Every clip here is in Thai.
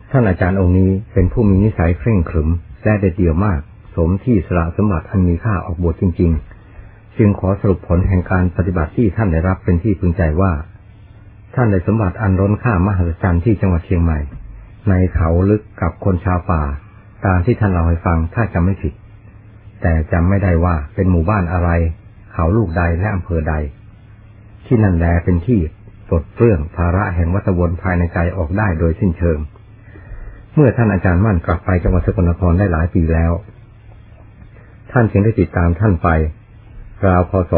ท่านอาจารย์องค์นี้เป็นผู้มีนิสัยเคร่งขรึมและเด็ดเดี่ยวมากสมที่สละสมบัติอันมีค่าออกบวชจริงๆจึงขอสรุปผลแห่งการปฏิบัติที่ท่านได้รับเป็นที่พึงใจว่าท่านได้สมบัติอันล้นค่ามหัศจรรย์ที่จังหวัดเชียงใหม่ในเขาลึกกับคนชาวป่าตามที่ท่านเล่าให้ฟังถ้าจำไม่ผิดแต่จำไม่ได้ว่าเป็นหมู่บ้านอะไรเขาลูกใดและอำเภอใดที่นั่นแลเป็นที่ปลดเปลื้องภาระแห่งวัฏวนภายในใจออกได้โดยสิ้นเชิงเมื่อท่านอาจารย์มั่นกลับไปจังหวัดสกลนครได้หลายปีแล้วท่านจึงได้ติดตามท่านไปราวพ.ศ.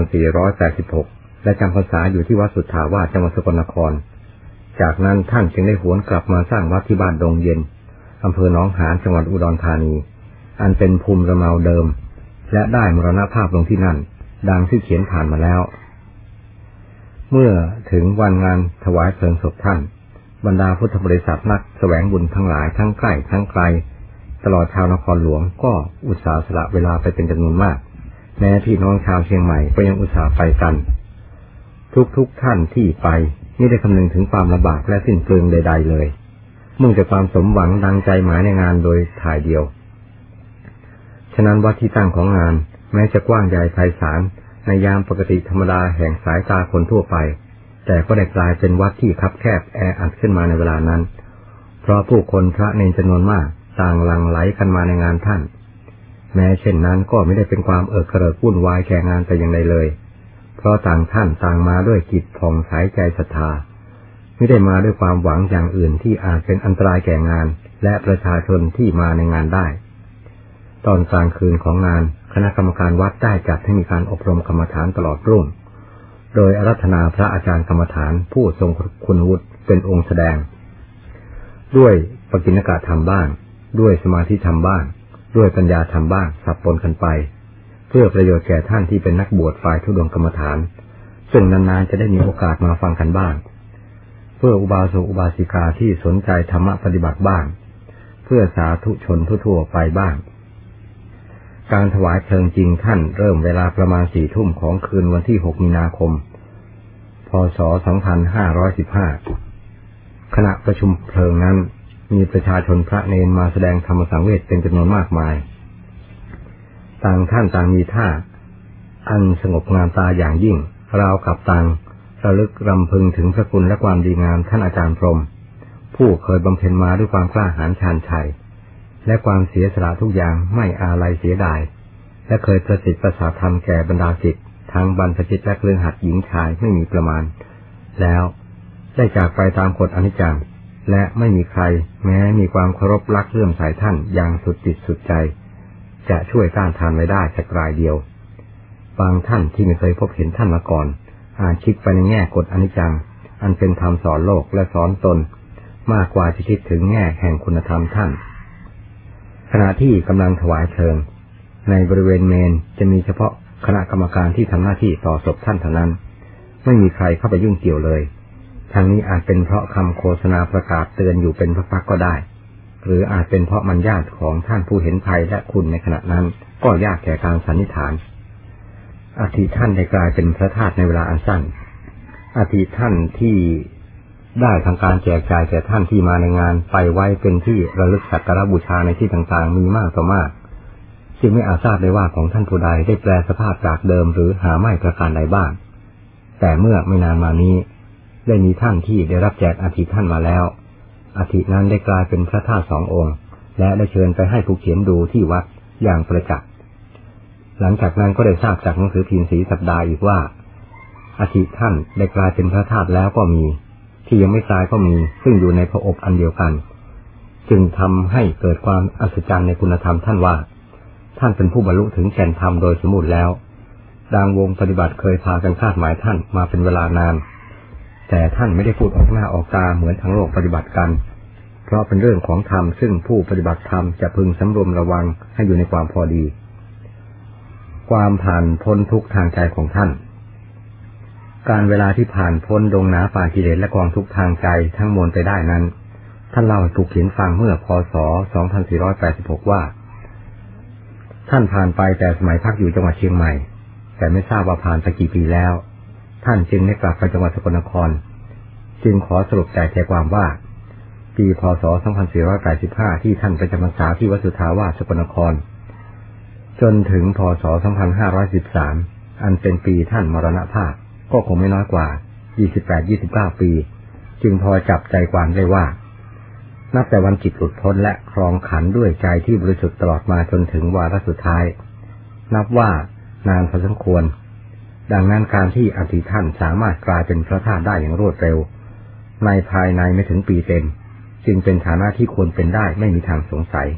2486และจำพรรษาอยู่ที่วัดสุทธาวาสจังหวัดสกลนครจากนั้นท่านจึงได้หวนกลับมาสร้างวัดที่บ้านดงเย็นอำเภอหนองหานจังหวัดอุดรธานีอันเป็นภูมิลำเนาเดิมและได้มรณภาพลงที่นั่นดังที่เขียนผ่านมาแล้วเมื่อถึงวันงานถวายเพลิงศพท่านบรรดาพุทธบริษัทนักแสวงบุญทั้งหลายทั้งใกล้ทั้งไกลตลอดชาวนครหลวงก็อุตส่าห์สละเวลาไปเป็นจำนวนมากแม้พี่น้องชาวเชียงใหม่ก็ยังอุตส่าห์ไปกันทุกท่านที่ไปไม่ได้คำนึงถึงความลำบากและสิ้นเปลืองใดๆเลยมุ่งแต่ความสมหวังดังใจหมายในงานโดยถ่ายเดียวฉะนั้นวัดที่ตั้งของงานแม้จะกว้างใหญ่ไพศาลในยามปกติธรรมดาแห่งสายตาคนทั่วไปแต่ก็ได้กลายเป็นวัดที่คับแคบแออัดขึ้นมาในเวลานั้นเพราะผู้คนพระเนรจำนวนมากต่างหลั่งไหลกันมาในงานท่านแม้เช่นนั้นก็ไม่ได้เป็นความเอิกกระเริกวุ่นวายแก่งานแต่อย่างใดเลยเพราะต่างท่านต่างมาด้วยจิตผ่องใสใจศรัทธาไม่ได้มาด้วยความหวังอย่างอื่นที่อาจเป็นอันตรายแก่งานและประชาชนที่มาในงานได้ตอนกลางคืนของงานคณะกรรมการวัดได้จัดให้มีการอบรมกรรมฐานตลอดรุ่งโดยอาราธนาพระอาจารย์กรรมฐานผู้ทรงคุณวุฒิเป็นองค์แสดงด้วยปกิณกะธรรมบ้างด้วยสมาธิธรรมบ้างด้วยปัญญาธรรมบ้างสับปนกันไปเพื่อประโยชน์แก่ท่านที่เป็นนักบวชฝ่ายธุดงค์กรรมฐานซึ่งนานๆจะได้มีโอกาสมาฟังกันบ้างเพื่ออุบาสกอุบาสิกาที่สนใจธรรมะปฏิบัติบ้างเพื่อสาธุชนทั่วๆไปบ้างการถวายเพลิงจริงท่านเริ่มเวลาประมาณ 4 ทุ่มของคืนวันที่ 6 มีนาคม พ.ศ. 2515ขณะประชุมเพลิงนั้นมีประชาชนพระเนรมาแสดงธรรมสังเวชเป็นจำนวนมากมายต่างท่านต่างมีท่าอันสงบงามตาอย่างยิ่งราวกับต่างระลึกรำพึงถึงพระคุณและความดีงามท่านอาจารย์พรหมผู้เคยบำเพ็ญมาด้วยความกล้าหาญชาญชัยและความเสียสละทุกอย่างไม่อาลัยเสียดายและเคยประสิทธิ์ประสาทธรรมแก่บรรดาศิษย์ทั้งบรรพชิตและเครือขัดหญิงชายไม่มีประมาณแล้วได้จากไปตามกฎอนิจจังและไม่มีใครแม้มีความเคารพรักเลื่อมใสท่านอย่างสุดจิตสุดใจจะช่วยต้านทานไว้ได้สักรายเดียวบางท่านที่ไม่เคยพบเห็นท่านมาก่อนอาจคิดไปในแง่กฎอนิจจังอันเป็นธรรมสอนโลกและสอนตนมากกว่าจะคิดถึงแง่แห่งคุณธรรมท่านขณะที่กำลังถวายเพลิงในบริเวณเมนจะมีเฉพาะคณะกรรมการที่ทำหน้าที่ต่อศพท่านเท่านั้นไม่มีใครเข้าไปยุ่งเกี่ยวเลยทางนี้อาจเป็นเพราะคำโฆษณาประกาศเตือนอยู่เป็นพักๆก็ได้หรืออาจเป็นเพราะมันญาติของท่านผู้เห็นภัยและคุณในขณะนั้นก็ยากแก่การสันนิษฐานอาทิท่านได้กลายเป็นพระธาตุในเวลาอันสั้นอาทิท่านที่ได้ทางการแจกจ่ายแก่ท่านที่มาในงานไปไว้เป็นที่ระลึกสักการะบูชาในที่ต่างๆมีมากต่อมากจึงไม่อาจทราบได้ว่าของท่านผู้ใดได้แปลสภาพจากเดิมหรือหาไม่ประการใดบ้างแต่เมื่อไม่นานมานี้ได้มีท่านที่ได้รับแจกอาทิท่านมาแล้วอาทินั้นได้กลายเป็นพระธาตุ2 องค์และได้เชิญไปให้ผู้เขียนดูที่วัดอย่างประจักษ์หลังจากนั้นก็ได้ทราบจากหนังสือพิมพ์ศรีสัปดาห์อีกว่าอาทิท่านได้กลายเป็นพระธาตุแล้วก็มีที่ยังไม่ตายก็มีซึ่งอยู่ในพระอบอันเดียวกันจึงทำให้เกิดความอัศจรรย์ในคุณธรรมท่านว่าท่านเป็นผู้บรรลุถึงแก่นธรรมโดยสมบูรณ์แล้วดังวงปฏิบัติเคยพากันคาดหมายท่านมาเป็นเวลานานแต่ท่านไม่ได้พูดออกหน้าออกตาเหมือนทั้งโลกปฏิบัติกันเพราะเป็นเรื่องของธรรมซึ่งผู้ปฏิบัติธรรมจะพึงสำรวมระวังให้อยู่ในความพอดีความผ่านพ้นทุกทางใจของท่านการเวลาที่ผ่านพ้นดงหนาป่ากิเลสและกองทุกทางใจทั้งมวลไปได้นั้นท่านเล่าให้ผู้เขียนฟังเมื่อพ.ศ. 2486ว่าท่านผ่านไปแต่สมัยพักอยู่จังหวัดเชียงใหม่แต่ไม่ทราบว่าผ่านไปกี่ปีแล้วท่านจึงได้กลับไปจังหวัดสกลนครจึงขอสรุปใจความว่าปีปีพ.ศ. 2485ที่ท่านไปจำพรรษาที่วัดสุทธาวาสสกลนครจนถึงพ.ศ. 2513อันเป็นปีท่านมรณภาพก็คงไม่น้อยกว่า 28-29 ปีจึงพอจับใจความได้ว่านับแต่วันจิตหลุดพ้นและครองขันด้วยใจที่บริสุทธิ์ตลอดมาจนถึงวาระสุดท้ายนับว่านานพอสมควรดังนั้นการที่อธิท่านสามารถกลายเป็นพระธาตุได้อย่างรวดเร็วในภายในไม่ถึงปีเต็มจึงเป็นฐานะที่ควรเป็นได้ไม่มีทางสงสัย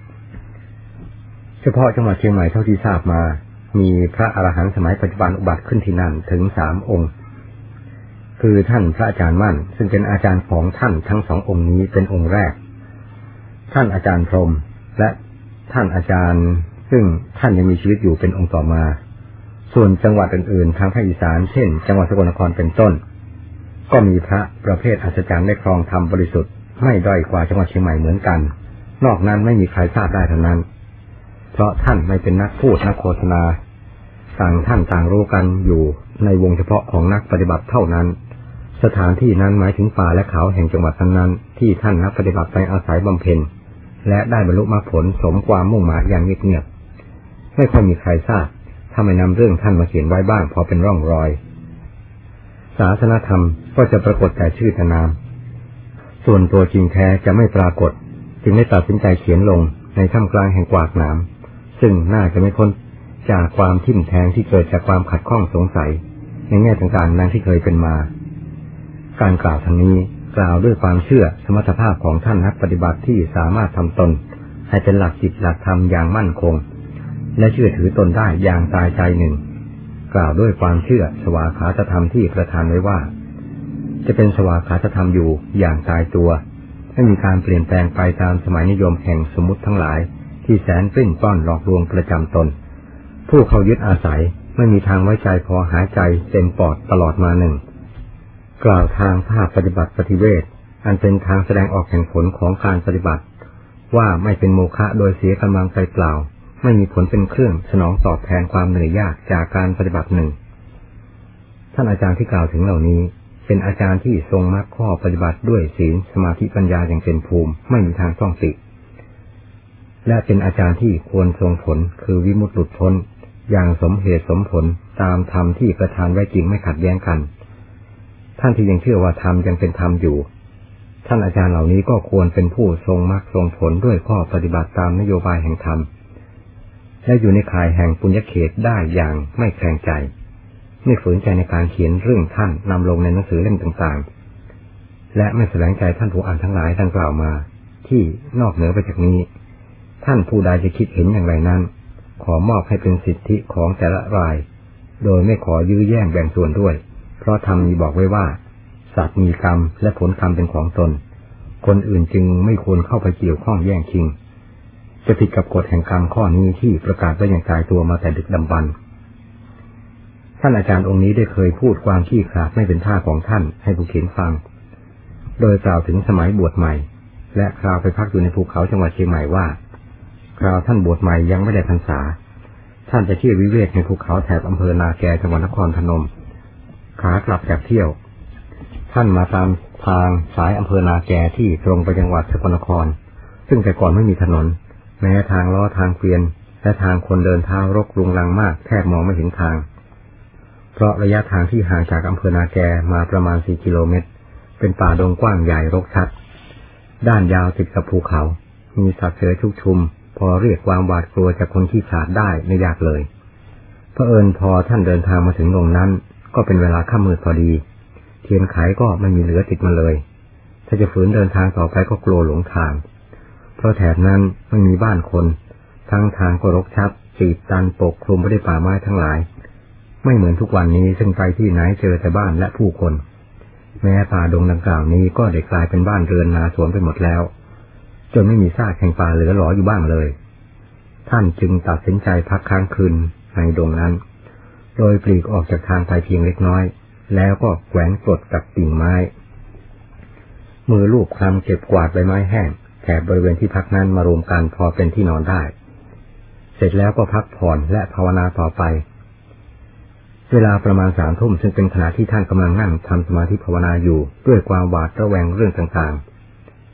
เฉพาะจังหวัดเชียงใหม่เท่าที่ทราบมามีพระอรหันต์สมัยปัจจุบันอุบัติขึ้นที่นั่นถึง3 องค์คือท่านพระอาจารย์มั่นซึ่งเป็นอาจารย์ของท่านทั้ง2 องค์นี้เป็นองค์แรกท่านอาจารย์พรหมและท่านอาจารย์ซึ่งท่านยังมีชีวิตอยู่เป็นองค์ต่อมาส่วนจังหวัดอื่นๆทางภาคอีสานเช่นจังหวัดสกลนครเป็นต้นก็มีพระประเภทอัศจรรย์ได้ครองธรรมบริสุทธิ์ไม่ด้อยกว่าจังหวัดเชียงใหม่เหมือนกันนอกนั้นไม่มีใครทราบได้เท่านั้นเพราะท่านไม่เป็นนักพูดนักโฆษณาต่างท่านต่างรู้กันอยู่ในวงเฉพาะของนักปฏิบัติเท่านั้นสถานที่นั้นหมายถึงป่าและเขาแห่งจังหวัดนั้นที่ท่านนักปฏิบัติไปอาศัยบำเพ็ญและได้บรรลุมรรคผลสมความมุ่งหมายอย่างเงียบๆไม่ค่อยมีใครทราบถ้าไม่นำเรื่องท่านมาเขียนไว้บ้างพอเป็นร่องรอยศาสนธรรมก็จะปรากฏแต่ชื่อแต่นามส่วนตัวจริงแท้จะไม่ปรากฏจึงได้ตัดสินใจเขียนลงในท่ามกลางแห่งกวากหนามซึ่งน่าจะไม่พ้นจากความทิ่มแทงที่เกิดจากความขัดข้องสงสัยในแง่ต่างๆดังที่เคยเป็นมาการกล่าวทางนี้กล่าวด้วยความเชื่อสมรรถภาพของท่านนักปฏิบัติที่สามารถทำตนให้เป็นหลักจิตหลักธรรมอย่างมั่นคงและเชื่อถือตนได้อย่างตายใจหนึ่งกล่าวด้วยความเชื่อสวากขาตธรรมที่ประทานไว้ว่าจะเป็นสวากขาตธรรมอยู่อย่างตายตัวไม่มีการเปลี่ยนแปลงไปตามสมัยนิยมแห่งสมมุติทั้งหลายที่แสนปลิ้นป้อนหลอกลวงประจำตนผู้เขายึดอาศัยไม่มีทางไว้ใจพอหายใจเต็มปอดตลอดมาหนึ่งกล่าวทางภาคปฏิบัติปฏิเวทอันเป็นทางแสดงออกแห่งผลของการปฏิบัติว่าไม่เป็นโมฆะโดยเสียกำลังใจเปล่าไม่มีผลเป็นเครื่องสนองตอบแทนความเหนื่อยยากจากการปฏิบัติหนึ่งท่านอาจารย์ที่กล่าวถึงเหล่านี้เป็นอาจารย์ที่ทรงมรรคข้อปฏิบัติด้วยศีลสมาธิปัญญาอย่างเต็มภูมิไม่มีทางต้องติและเป็นอาจารย์ที่ควรทรงผลคือวิมุตติหลุดพ้นอย่างสมเหตุสมผลตามธรรมที่ประทานไว้จริงไม่ขัดแย้งกันท่านที่ยังเชื่อว่าธรรมยังเป็นธรรมอยู่ท่านอาจารย์เหล่านี้ก็ควรเป็นผู้ทรงมรรคทรงผลด้วยข้อปฏิบัติตามนโยบายแห่งธรรมและอยู่ในข่ายแห่งปุญญเขตได้อย่างไม่แคลงใจไม่ฝืนใจในการเขียนเรื่องท่านนำลงในหนังสือเล่มต่างๆและไม่แสดงใจท่านผู้อ่านทั้งหลายดังกล่าวมาที่นอกเหนือไปจากนี้ท่านผู้ใดจะคิดเห็นอย่างไรนั้นขอมอบให้เป็นสิทธิของแต่ละรายโดยไม่ขอยื้อแย่งแบ่งส่วนด้วยเพราะธรรมมีบอกไว้ว่าสัตว์มีกรรมและผลกรรมเป็นของตนคนอื่นจึงไม่ควรเข้าไปเกี่ยวข้องแย่งชิงจะผิดกับกฎแห่งกรรมข้อนี้ที่ประกาศไว้อย่างตายตัวมาแต่ดึกดำบรรพ์ท่านอาจารย์องค์นี้ได้เคยพูดความขี้ขลาดไม่เป็นท่าของท่านให้ผู้เขียนฟังโดยกล่าวถึงสมัยบวชใหม่และคราวไปพักอยู่ในภูเขาจังหวัดเชียงใหม่ว่าคราวท่านบวชใหม่ยังไม่ได้พรรษาท่านจะเที่ยววิเวกในภูเขาแถบอำเภอนาแกจังหวัดนครพนมขากลับจากเที่ยวท่านมาตามทางสายอำเภอนาแกที่ตรงไปจังหวัดสกลนครซึ่งแต่ก่อนไม่มีถนนแม้ทางล้อทางเกวียนและทางคนเดินเท้ารกรุงรังมากแทบมองไม่เห็นทางเพราะระยะทางที่ห่างจากอำเภอนาแกมาประมาณ4 กิโลเมตรเป็นป่าดงกว้างใหญ่รกชัดด้านยาวติดกับภูเขามีสัตว์เสือชุกชุมพอเรียกความหวาดกลัวจากคนขี้ขลาดได้ไม่ยากเลยเผอิญพอท่านเดินทางมาถึงตรงนั้นก็เป็นเวลาค่ำมืดพอดีเทียนไขก็ไม่มีเหลือติดมาเลยถ้าจะฝืนเดินทางต่อไปก็กลัวหลงทางเพราะแถบนั้นไม่มีบ้านคนทั้งทางก็รกชัดตีบตันปกคลุมไปด้วยป่าไม้ทั้งหลายไม่เหมือนทุกวันนี้ซึ่งไปที่ไหนเจอแต่บ้านและผู้คนแม้ป่าดงดังกล่าวนี้ก็ได้กลายเป็นบ้านเรือนนาสวนไปหมดแล้วจนไม่มีซากแห่งป่าเหลือหลออยู่บ้างเลยท่านจึงตัดสินใจพักค้างคืนในดงนั้นโดยปลีกออกจากทางไปเพียงเล็กน้อยแล้วก็แขวนกดกับกิ่งไม้มือลูบคลำเก็บกวาดใบไม้แห้งแถบบริเวณที่พักนั้นมารวมกันพอเป็นที่นอนได้เสร็จแล้วก็พักผ่อนและภาวนาต่อไปเวลาประมาณ3 ทุ่มซึ่งเป็นขณะที่ท่านกำลังนั่งทำสมาธิภาวนาอยู่ด้วยความหวาดระแวงเรื่องต่าง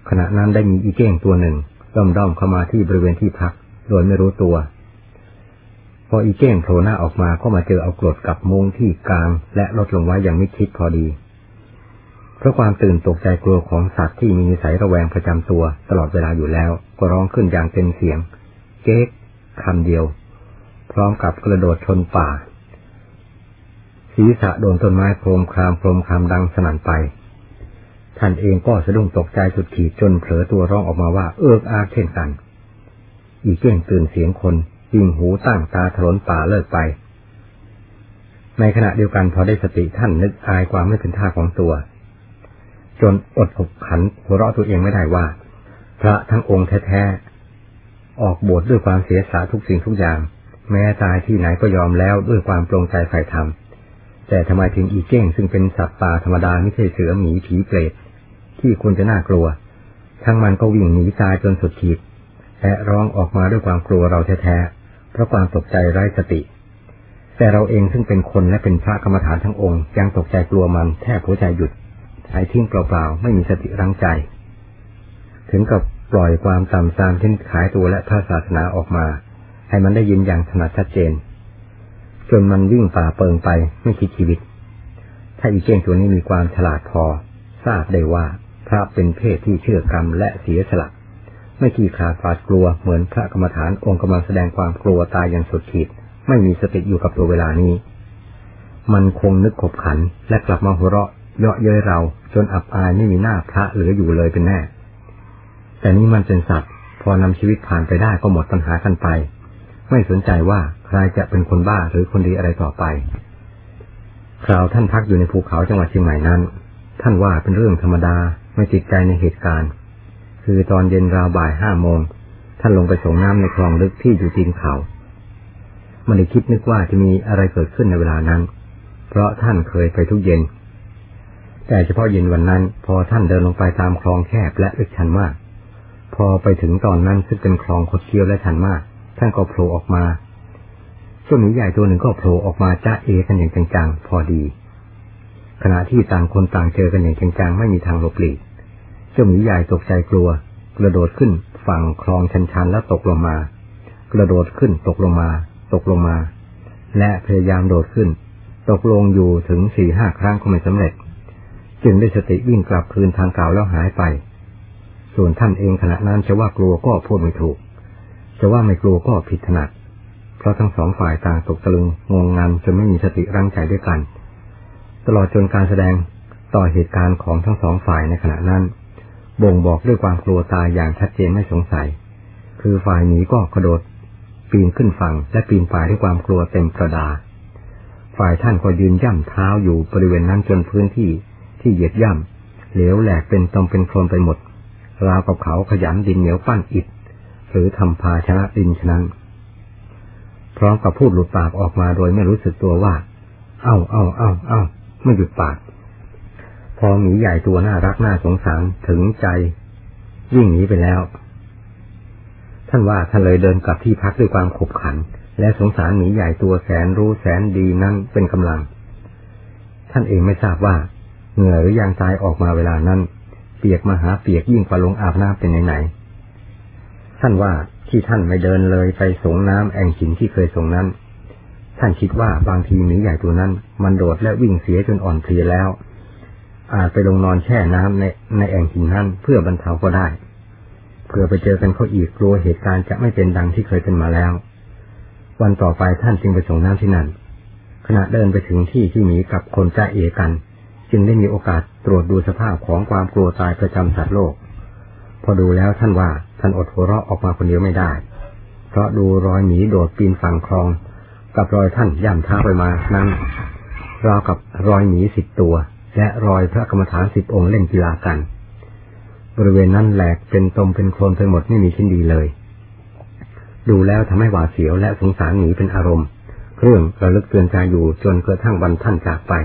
ขณะนั้นได้มีอีเก้งตัวหนึ่งด้อมเข้ามาที่บริเวณที่พักโดยไม่รู้ตัวพออีเก้งโผล่หน้าออกมาก็มาเจอเอากรดกับมุ้งที่กลางและลดลงไว้อย่างมิดชิดพอดีเพราะความตื่นตกใจกลัวของสัตว์ที่มีนิสัยระแวงประจำตัวตลอดเวลาอยู่แล้วก็ร้องขึ้นอย่างเต็มเสียงเก๊กคำเดียวพร้อมกับกระโดดชนป่าศีรษะโดนต้นไม้โครมครามดังสนั่นไปท่านเองก็สะดุ้งตกใจสุดขีดจนเผลอตัวร้องออกมาว่าเอิกอาเช่นกันอีเก้งตื่นเสียงคนยิงหูตั้งตาถลนป่าเลิกไปในขณะเดียวกันพอได้สติท่านนึกอายความไม่เป็นท่าของตัวจนอดขบขันหัวเราะตัวเองไม่ได้ว่าพระทั้งองค์แท้ๆออกบวชด้วยความเสียสละทุกสิ่งทุกอย่างแม้ตายที่ไหนก็ยอมแล้วด้วยความปรงใจใฝ่ธรรมแต่ทำไมถึงอีเก้งซึ่งเป็นสัตว์ป่าธรรมดาไม่ใช่เสือหมีผีเปรตที่ควรจะน่ากลัวทั้งมันก็วิ่งหนีตายจนสุดขีดและร้องออกมาด้วยความกลัวเราแท้ๆเพราะความตกใจไร้สติแต่เราเองซึ่งเป็นคนและเป็นพระกรรมฐานทั้งองค์ยังตกใจกลัวมันแทบหัวใจหยุดหายทิ้งเปล่าๆไม่มีสติรั้งใจถึงกับปล่อยความต่ำทรามที่ขายตัวและพระศาสนาออกมาให้มันได้ยินอย่างถนัดชัดเจนจนมันวิ่งป่าเปิงไปไม่คิดชีวิตถ้าอีเก้งตัวนี้มีความฉลาดพอทราบได้ว่าพระเป็นเพศที่เชื่อกรรมและเสียสละไม่ขี้ขลาดหวาดกลัวเหมือนพระกรรมฐานองค์กำลังแสดงความกลัวตายอย่างสุดขีดไม่มีสติอยู่กับตัวเวลานี้มันคงนึกขบขันและกลับมาหัวเราะเยาะเย้ยเราจนอับอายไม่มีหน้าพระเหลืออยู่เลยเป็นแน่แต่นี่มันเป็นสัตว์พอนำชีวิตผ่านไปได้ก็หมดปัญหากันไปไม่สนใจว่าใครจะเป็นคนบ้าหรือคนดีอะไรต่อไปคราวท่านพักอยู่ในภูเขาจังหวัดเชียงใหม่นั้นท่านว่าเป็นเรื่องธรรมดาไม่ติดใจในเหตุการณ์คือตอนเย็นราวบ่าย5 โมงท่านลงไปส่งน้ำในคลองลึกที่อยู่ตีนเขาไม่ได้คิดนึกว่าจะมีอะไรเกิดขึ้นในเวลานั้นเพราะท่านเคยไปทุกเย็นแต่เฉพาะเย็นวันนั้นพอท่านเดินลงไปตามคลองแคบและลึกชันมากพอไปถึงตอนนั้นซึ่งเป็นคลองคดเคี้ยวและชันมากท่านก็โผล่ออกมาเจ้าหมีใหญ่ตัวหนึ่งก็โผล่ออกมาจ้าเอกันอย่างจังๆพอดีขณะที่ต่างคนต่างเจอกันอย่างจังๆไม่มีทางหลบหลีกเจ้าหมีใหญ่ตกใจกลัวกระโดดขึ้นฝั่งคลองชันๆแล้วตกลงมากระโดดขึ้นตกลงมาและพยายามโดดขึ้นตกลงอยู่ถึง 4-5 ครั้งก็ไม่สำเร็จจึงได้สติวิ่งกลับคืนทางเก่าแล้วหายไปส่วนท่านเองขณะนั้นจะว่ากลัวก็พูดไม่ถูกจะว่าไม่กลัวก็ผิดถนัดเพราะทั้งสองฝ่ายต่างตกตะลึงงงงันจนไม่มีสติรั้งใจด้วยกันตลอดจนการแสดงต่อเหตุการณ์ของทั้งสองฝ่ายในขณะนั้นบ่งบอกด้วยความกลัวตายอย่างชัดเจนไม่สงสัยคือฝ่ายหนีก็กระโดดปีนขึ้นฝั่งและปีนป่ายด้วยความกลัวเต็มประดาฝ่ายท่านก็ยืนย่ำเท้าอยู่บริเวณนั้นจนพื้นที่เหยียดย่ำเหลวแหลกเป็นตมเป็นโคลนไปหมดราวกับเขาขยำดินเหนียวปั้นอิฐหรือทำภาชนะดินฉะนั้นพร้อมกับพูดหลุดปากออกมาโดยไม่รู้สึกตัวว่าเอ้าไม่หยุดปากพอหมีใหญ่ตัวน่ารักน่าสงสารถึงใจวิ่งหนีไปแล้วท่านว่าท่านเลยเดินกลับที่พักด้วยความขบขันและสงสารหมีใหญ่ตัวแสนรู้แสนดีนั้นเป็นกำลังท่านเองไม่ทราบว่าเหงื่อหรือยางตายออกมาเวลานั้นเปียกมหาเปียกยิ่งกว่าลงอาบน้ำเป็นไหนท่านว่าที่ท่านไม่เดินเลยไปส่งน้ำแอ่งหินที่เคยส่งนั้นท่านคิดว่าบางทีหมีใหญ่ตัวนั้นมันโดดและวิ่งเสียจนอ่อนเพลียแล้วอาจไปลงนอนแช่น้ำในแอ่งหินนั้นเพื่อบรรเทาก็ได้เพื่อไปเจอกันเขาอีกกลัวเหตุการณ์จะไม่เป็นดังที่เคยเป็นมาแล้ววันต่อไปท่านจึงไปส่งน้ำที่นั่นขณะเดินไปถึงที่หมีกับคนจ้าเอกันจึงได้มีโอกาสตรวจดูสภาพของความกลัวตายประจำสัตว์โลกพอดูแล้วท่านว่าท่านอดหัวเราะออกมาคนเดียวไม่ได้เพราะดูรอยหมีโดดปีนฝั่งคลองกับรอยท่านย่ำเท้าไปมานั้นราวกับรอยหมี10 ตัวและรอยพระกรรมฐาน10 องค์เล่นกีฬากันบริเวณนั้นแหลกเป็นตมเป็นโคลนไปหมดไม่มีชิ้นดีเลยดูแล้วทำให้หวาดเสียวและสงสารหมีเป็นอารมณ์เครื่องระลึกเตือนใจอยู่จนกระทั่งวันท่านจากไป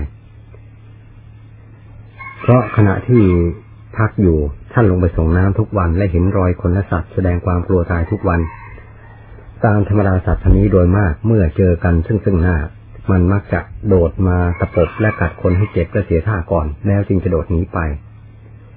เพราะขณะที่พักอยู่ท่านลงไปส่งน้ำทุกวันและเห็นรอยคนและสัตว์แสดงความกลัวตายทุกวันตามธรรมดาสัตว์ชนิดโดยมากเมื่อเจอกันซึ่งหน้ามันมักจะโดดมาตะปบและกัดคนให้เจ็บและเสียท่าก่อนแล้วจึงจะโดดหนีไป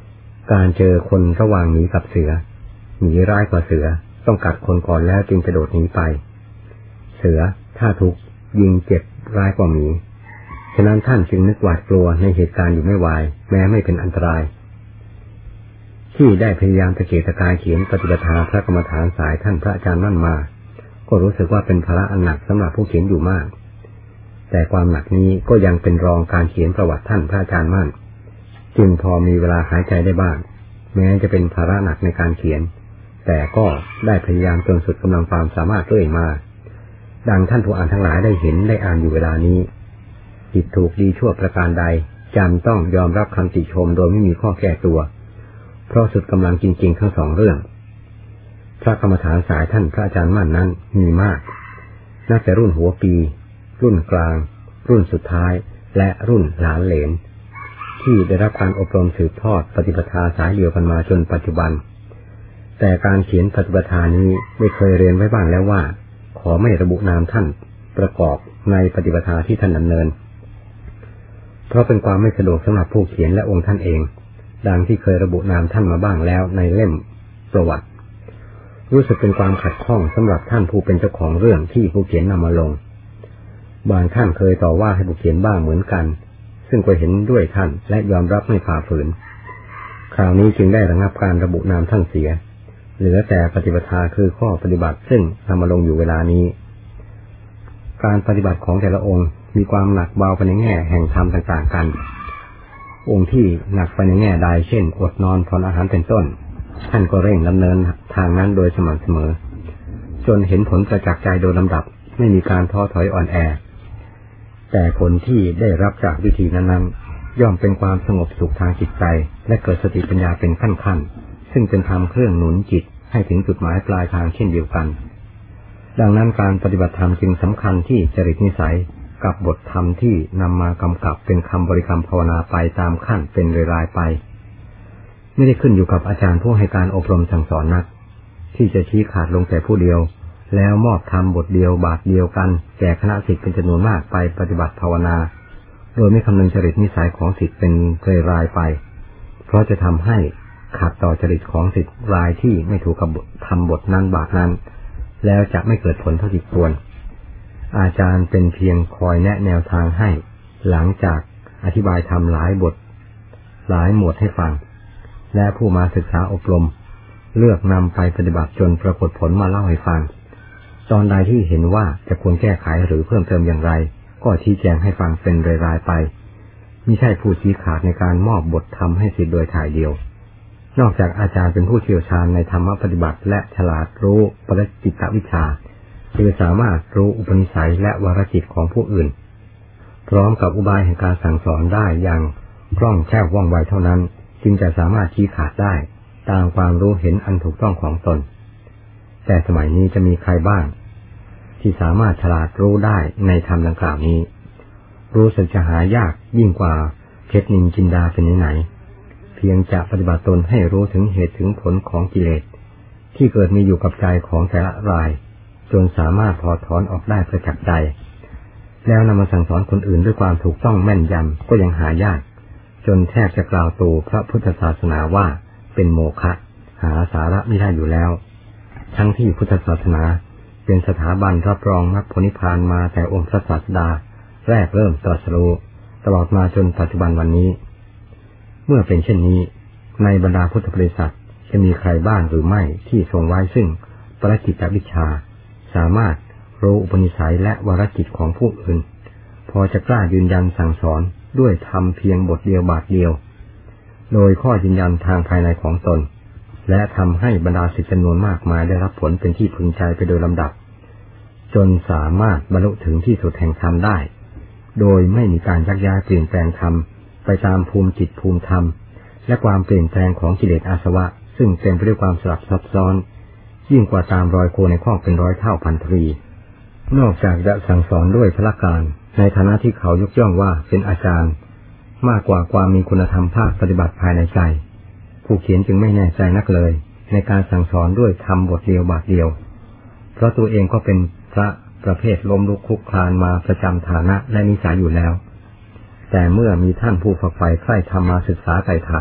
การเจอคนระหว่างหมีกับเสือหมีร้ายกว่าเสือต้องกัดคนก่อนแล้วจึงกระโดดหนีไปเสือถ้าถูกยิงเจ็บร้ายกว่าหมีฉะนั้นท่านจึงนึกหวาดกลัวในเหตุการณ์อยู่ไม่วายแม้ไม่เป็นอันตรายที่ได้พยายามตะเกียกตะกายเขียนปฏิปทาพระกรรมฐานสายท่านพระอาจารย์มั่นมาก็รู้สึกว่าเป็นภาระอันหนักสำหรับผู้เขียนอยู่มากแต่ความหนักนี้ก็ยังเป็นรองการเขียนประวัติท่านพระอาจารย์มั่นจึงพอมีเวลาหายใจได้บ้างแม้จะเป็นภาระหนักในการเขียนแต่ก็ได้พยายามจนสุดกำลังความสามารถเรื่อยมาดังท่านผู้อ่านทั้งหลายได้เห็นได้อ่านอยู่เวลานี้ผิดถูกดีชั่วประการใดจำต้องยอมรับคำติชมโดยไม่มีข้อแก้ตัวเพราะสุดกำลังจริงๆทั้งสองเรื่องพระกรรมฐานสายท่านพระอาจารย์มั่นนั้นมีมากนับแต่รุ่นหัวปีรุ่นกลางรุ่นสุดท้ายและรุ่นหลานเหลนที่ได้รับการอบรมสืบทอดปฏิปทาสายเดียวกันมาจนปัจจุบันแต่การเขียนปฏิปทานี้ได้เคยเรียนไว้บ้างแล้วว่าขอไม่ระบุนามท่านประกอบในปฏิปทาที่ท่านดำเนินเพราะเป็นความไม่สะดวกสำหรับผู้เขียนและองค์ท่านเองดังที่เคยระบุนามท่านมาบ้างแล้วในเล่มประวัติรู้สึกเป็นความขัดข้องสำหรับท่านผู้เป็นเจ้าของเรื่องที่ผู้เขียนนำมาลงบางท่านเคยต่อว่าให้ผู้เขียนบ้างเหมือนกันซึ่งก็เห็นด้วยท่านและยอมรับไม่ฝ่าฝืนคราวนี้จึงได้ระงับการระบุนามท่านเสียเหลือแต่ปฏิปทาคือข้อปฏิบัติซึ่งนำมาลงอยู่เวลานี้การปฏิบัติของแต่ละองค์มีความหนักเบาไปในแง่แห่งธรรมต่างๆกันองค์ที่หนักไปในแง่ใดเช่นอดนอนผ่อนอาหารเป็นต้นท่านก็เร่งดำเนินทางนั้นโดยสม่ำเสมอจนเห็นผลประจักษ์ใจโดยลำดับไม่มีการท้อถอยอ่อนแอแต่ผลที่ได้รับจากวิธีนั้นๆย่อมเป็นความสงบสุขทางจิตใจและเกิดสติปัญญาเป็นขั้นๆซึ่งเป็นธรรมเครื่องหนุนจิตให้ถึงจุดหมายปลายทางเช่นเดียวกันดังนั้นการปฏิบัติธรรมจึงสำคัญที่จริตนิสัยกับบทธรรมที่นำมากำกับเป็นคำบริกรรมภาวนาไปตามขั้นเป็นรายๆไปไม่ได้ขึ้นอยู่กับอาจารย์ผู้ให้การอบรมสั่งสอนนักที่จะชี้ขาดลงแต่ผู้เดียวแล้วมอบธรรมบทเดียวบาทเดียวกันแก่คณะศิษย์เป็นจำนวนมากไปปฏิบัติภาวนาโดยไม่คำนึงจริตนิสัยของศิษย์เป็นรายๆไปเพราะจะทำให้ขัดต่อจริตของศิษย์รายที่ไม่ถูกกับธรรมบทนั้นบาทนั้นแล้วจะไม่เกิดผลเท่าที่ควรอาจารย์เป็นเพียงคอยแนะแนวทางให้หลังจากอธิบายธรรมหลายบทหลายหมวดให้ฟังและผู้มาศึกษาอบรมเลือกนำไปปฏิบัติจนปรากฏผลมาเล่าให้ฟังตอนใดที่เห็นว่าจะควรแก้ไขหรือเพิ่มเติมอย่างไรก็ชี้แจงให้ฟังเป็นรายๆไปมิใช่ผู้ชี้ขาดในการมอบบทธรรมให้ศิษย์โดยถ่ายเดียวนอกจากอาจารย์เป็นผู้เชี่ยวชาญในธรรมปฏิบัติและฉลาดรู้ปริจิตวิชาคือสามารถรู้อุปนิสัยและวาระจิตของผู้อื่นพร้อมกับอุบายแห่งการสั่งสอนได้อย่างคล่องแคล่วว่องไวเท่านั้นจึงจะสามารถชี้ขาดได้ตามความรู้เห็นอันถูกต้องของตนแต่สมัยนี้จะมีใครบ้างที่สามารถฉลาดรู้ได้ในธรรมดังกล่าวนี้รู้สึกจะหายากยิ่งกว่าเพชรนินจินดาเป็นไหนเพียงจะปฏิบัติตนให้รู้ถึงเหตุถึงผลของกิเลสที่เกิดมีอยู่กับใจของแต่ละรายจนสามารถถอดถอนออกได้ประจักษ์ใจแล้วนำมาสั่งสอนคนอื่นด้วยความถูกต้องแม่นยำก็ยังหายากจนแทบจะกล่าวตูพระพุทธศาสนาว่าเป็นโมฆะหาสาระไม่ได้อยู่แล้วทั้งที่พุทธศาสนาเป็นสถาบันรับรองมรรคผลนิพพานมาแต่องค์พระศาสดาแรกเริ่มตรัสรู้ตลอดมาจนปัจจุบันวันนี้เมื่อเป็นเช่นนี้ในบรรดาพุทธบริษัทจะมีใครบ้างหรือไม่ที่ทรงไว้ซึ่งปริจิตวิชชาสามารถรู้อุปนิสัยและวาระจิตของผู้อื่นพอจะกล้ายืนยันสั่งสอนด้วยธรรมเพียงบทเดียวบาทเดียวโดยข้อยืนยันทางภายในของตนและทำให้บรรดาศิษย์จำนวนมากมายได้รับผลเป็นที่พึงใจไปโดยลำดับจนสามารถบรรลุถึงที่สุดแห่งธรรมได้โดยไม่มีการยักย้ายเปลี่ยนแปลงธรรมไปตามภูมิจิตภูมิธรรมและความเปลี่ยนแปลงของกิเลสอาสวะซึ่งเต็มไปด้วยความสลับซับซ้อนยิ่งกว่าตามรอยโคในข้อเป็นร้อยเท่าพันทวีนอกจากจะสั่งสอนด้วยพละการในฐานะที่เขายกย่องว่าเป็นอาจารย์มากกว่าความมีคุณธรรมภาคปฏิบัติภายในใจผู้เขียนจึงไม่แน่ใจนักเลยในการสั่งสอนด้วยธรรมบทเดียวบาทเดียวเพราะตัวเองก็เป็นพระประเภทล้มลุกคลุกคลานมาประจำฐานะและนิสัยอยู่แล้วแต่เมื่อมีท่านผู้ฝักใฝ่ใคร่ธรรมมาศึกษาไต่ถาม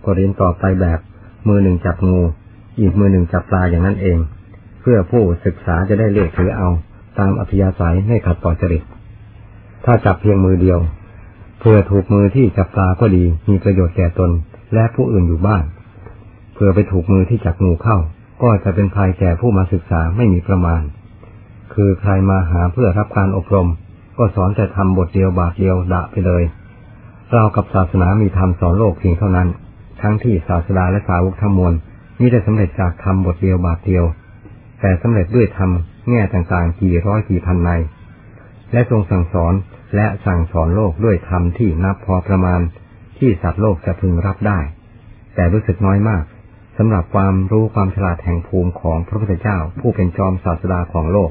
ก็เรียนต่อไปแบบมือหนึ่งจับงูอีกมือหนึ่งจับปลาอย่างนั้นเองเพื่อผู้ศึกษาจะได้เลือกถือเอาตามอัธยาศัยไม่ขัดต่อจริตถ้าจับเพียงมือเดียวเพื่อถูกมือที่จับปลาก็ดีมีประโยชน์แก่ตนและผู้อื่นอยู่บ้างเพื่อไปถูกมือที่จับงูเข้าก็จะเป็นภัยแก่ผู้มาศึกษาไม่มีประมาณคือใครมาหาเพื่อรับการอบรมก็สอนแต่ทำบทเดียวบาทเดียวดะไปเลยเรากับศาสนามีธรรมสอนโลกเพียงเท่านั้นทั้งที่ศาสดาและสาวกทั้งมวลมิได้สำเร็จจากธรรมบทเดียวบาทเดียวแต่สำเร็จด้วยธรรมแง่ต่างๆกี่ร้อยกี่พันในและทรงสั่งสอนและสั่งสอนโลกด้วยธรรมที่นับพอประมาณที่สัตว์โลกจะพึงรับได้แต่รู้สึกน้อยมากสำหรับความรู้ความฉลาดแห่งภูมิของพระพุทธเจ้าผู้เป็นจอมศาสดาของโลก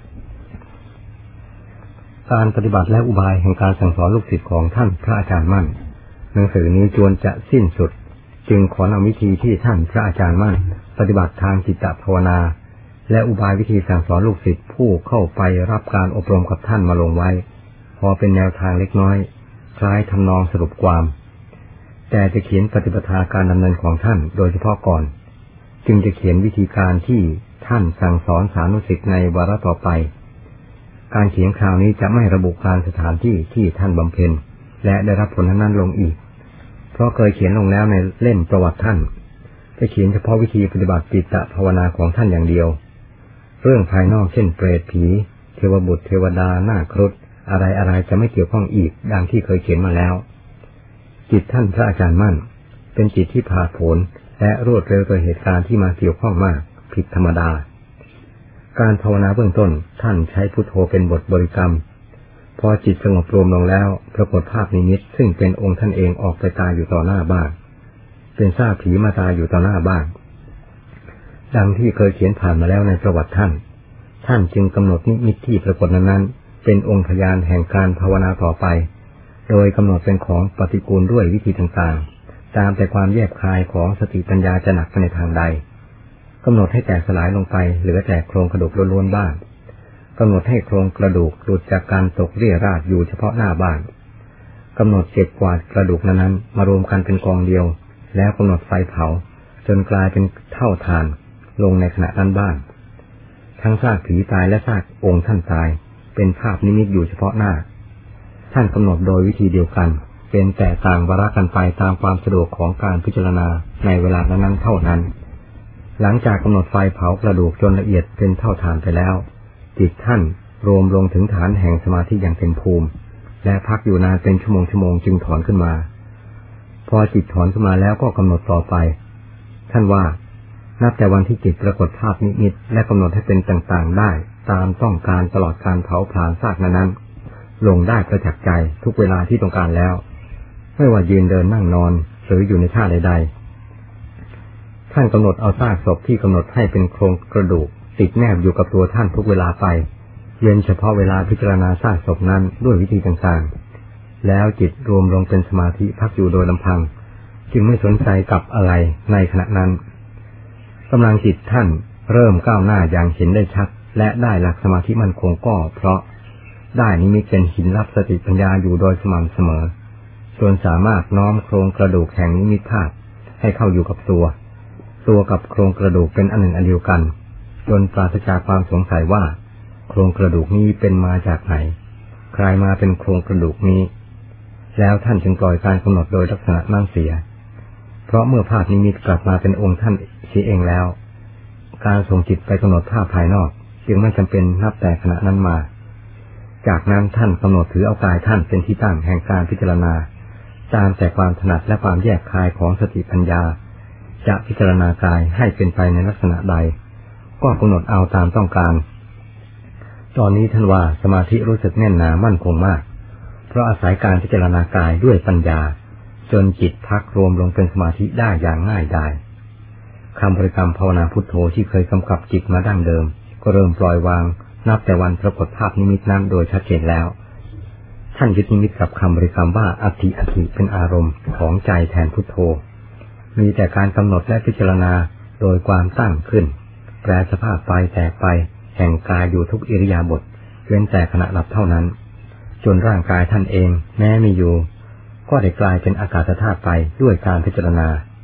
การปฏิบัติและอุบายแห่งการสั่งสอนลูกศิษย์ของท่านพระอาจารย์มั่นหนังสือนี้จวนจะสิ้นสุดจึงขอนำวิธีที่ท่านพระอาจารย์มั่นปฏิบัติทางจิตภาวนาและอุบายวิธีสั่งสอนลูกศิษย์ผู้เข้าไปรับการอบรมกับท่านมาลงไว้พอเป็นแนวทางเล็กน้อยคล้ายทำนองสรุปความแต่จะเขียนปฏิปทาการดำเนินของท่านโดยเฉพาะก่อนจึงจะเขียนวิธีการที่ท่านสั่งสอนสานุศิษย์ในวาระต่อไปการเขียนคราวนี้จะไม่ระบุการสถานที่ที่ท่านบำเพ็ญและได้รับผลนั้นลงอีกเพราะเคยเขียนลงแล้วในเล่มประวัติท่านจะเขียนเฉพาะวิธีปฏิบัติจิตภาวนาของท่านอย่างเดียวเรื่องภายนอกเช่นเปรตผีเทวบุตรเทวดานาครุฑอะไรๆจะไม่เกี่ยวข้องอีกดังที่เคยเขียนมาแล้วจิตท่านพระอาจารย์มั่นเป็นจิตที่ผาดโผนและรวดเร็วต่อเหตุการณ์ที่มาเกี่ยวข้องมากผิดธรรมดาการภาวนาเบื้องต้นท่านใช้พุทโธเป็นบทบริกรรมพอจิตสงบรวมลงแล้วปรากฏภาพนิมิตซึ่งเป็นองค์ท่านเองออกไปตายอยู่ต่อหน้าบ้างเป็นซากผีมาตายอยู่ต่อหน้าบ้างดังที่เคยเขียนผ่านมาแล้วในประวัติท่านจึงกำหนดนิมิตที่ปรากฏนั้นเป็นองค์พยานแห่งการภาวนาต่อไปโดยกำหนดเป็นของปฏิกูลด้วยวิธีต่างๆตามแต่ความแยบคายของสติปัญญาจะหนักไปในทางใดกำหนดให้แตกสลายลงไปเหลือแต่โครงกระดูกล้วนๆบ้างกำหนดให้โครงกระดูกหลุดจากการตกเรี่ยราดอยู่เฉพาะหน้าบ้างกำหนดเก็บกวาดกระดูกนั้นมารวมกันเป็นกองเดียวแล้วกำหนดไฟเผาจนกลายเป็นเท่าฐานลงในขณะนั้นบ้างทั้งซากผีตายและซากองค์ท่านตายเป็นภาพนิมิตอยู่เฉพาะหน้าท่านกำหนดโดยวิธีเดียวกันเป็นแต่ต่างวาระกันไปตามความสะดวกของการพิจารณาในเวลานั้นเท่านั้นหลังจากกำหนดไฟเผากระดูกจนละเอียดเป็นเท่าฐานไปแล้วจิตท่านรวมลงถึงฐานแห่งสมาธิอย่างเต็มภูมิและพักอยู่นานเป็นชั่วโมงจึงถอนขึ้นมาพอจิตถอนขึ้นมาแล้วก็กำหนดต่อไปท่านว่านับแต่วันที่จิตปรากฏภาพนิมิตและกำหนดให้เป็นต่างๆได้ตามต้องการตลอดการเผาผลาญซากนั้นลงได้ประจักษ์ใจทุกเวลาที่ต้องการแล้วไม่ว่ายืนเดินนั่งนอนหรืออยู่ในท่าใดๆท่านกำหนดเอาซากศพที่กำหนดให้เป็นโครงกระดูกติดแนบอยู่กับตัวท่านทุกเวลาไปเว้นเฉพาะเวลาพิจารณาซากศพนั้นด้วยวิธีต่างๆแล้วจิตรวมลงเป็นสมาธิพักอยู่โดยลำพังจึงไม่สนใจกับอะไรในขณะนั้นกำลังจิตท่านเริ่มก้าวหน้าอย่างเห็นได้ชัดและได้หลักสมาธิมั่นคงก็เพราะได้นิมิตเป็นหินรับสติปัญญาอยู่โดยสม่ำเสมอจนสามารถน้อมโครงกระดูกแห่งนิมิตธาตุให้เข้าอยู่กับตัวกับโครงกระดูกเป็นอันหนึ่งอันเดียวกันจนปราศจากความสงสัยว่าโครงกระดูกนี้เป็นมาจากไหนใครมาเป็นโครงกระดูกนี้แล้วท่านจึงปล่อยการกำหนดโดยลักษณะนั่งเสียเพราะเมื่อภาพนิมิตกลับมาเป็นองค์ท่านเสียเองแล้วการส่งจิตไปกำหนดภาพภายนอกจึงไม่จำเป็นนับแต่ขณะนั้นมาจากนั้นท่านกำหนดถือเอากายท่านเป็นที่ตั้งแห่งการพิจารณาตามแต่ความถนัดและความแยกคายของสติปัญญาจะพิจารณากายให้เป็นไปในลักษณะใดก็กำหนดเอาตามต้องการตอนนี้ท่านว่าสมาธิรู้สึกแน่นหนามั่นคงมากเพราะอาศัยการพิจารณากายด้วยปัญญาจนจิตพักรวมลงเป็นสมาธิได้อย่างง่ายดายคำบริกรรมภาวนาพุทโธที่เคยกำกับจิตมาดั้งเดิมก็เริ่มปล่อยวางนับแต่วันปรากฏภาพนิมิตนั้นโดยชัดเจนแล้วท่านยึดนิมิตกับคำบริกรรมว่าอัตถิเป็นอารมณ์ของใจแทนพุทโธมีแต่การกำหนดและพิจารณาโดยความตั้งขึ้นแปรสภาพไปแตกไปแห่งกายอยู่ทุกอิริยาบถเว้นแต่ขณะหลับเท่านั้นจนร่างกายท่านเองแม้มีอยู่ก็ได้กลายเป็นอากาศธาตุไปด้วยการพิจารณา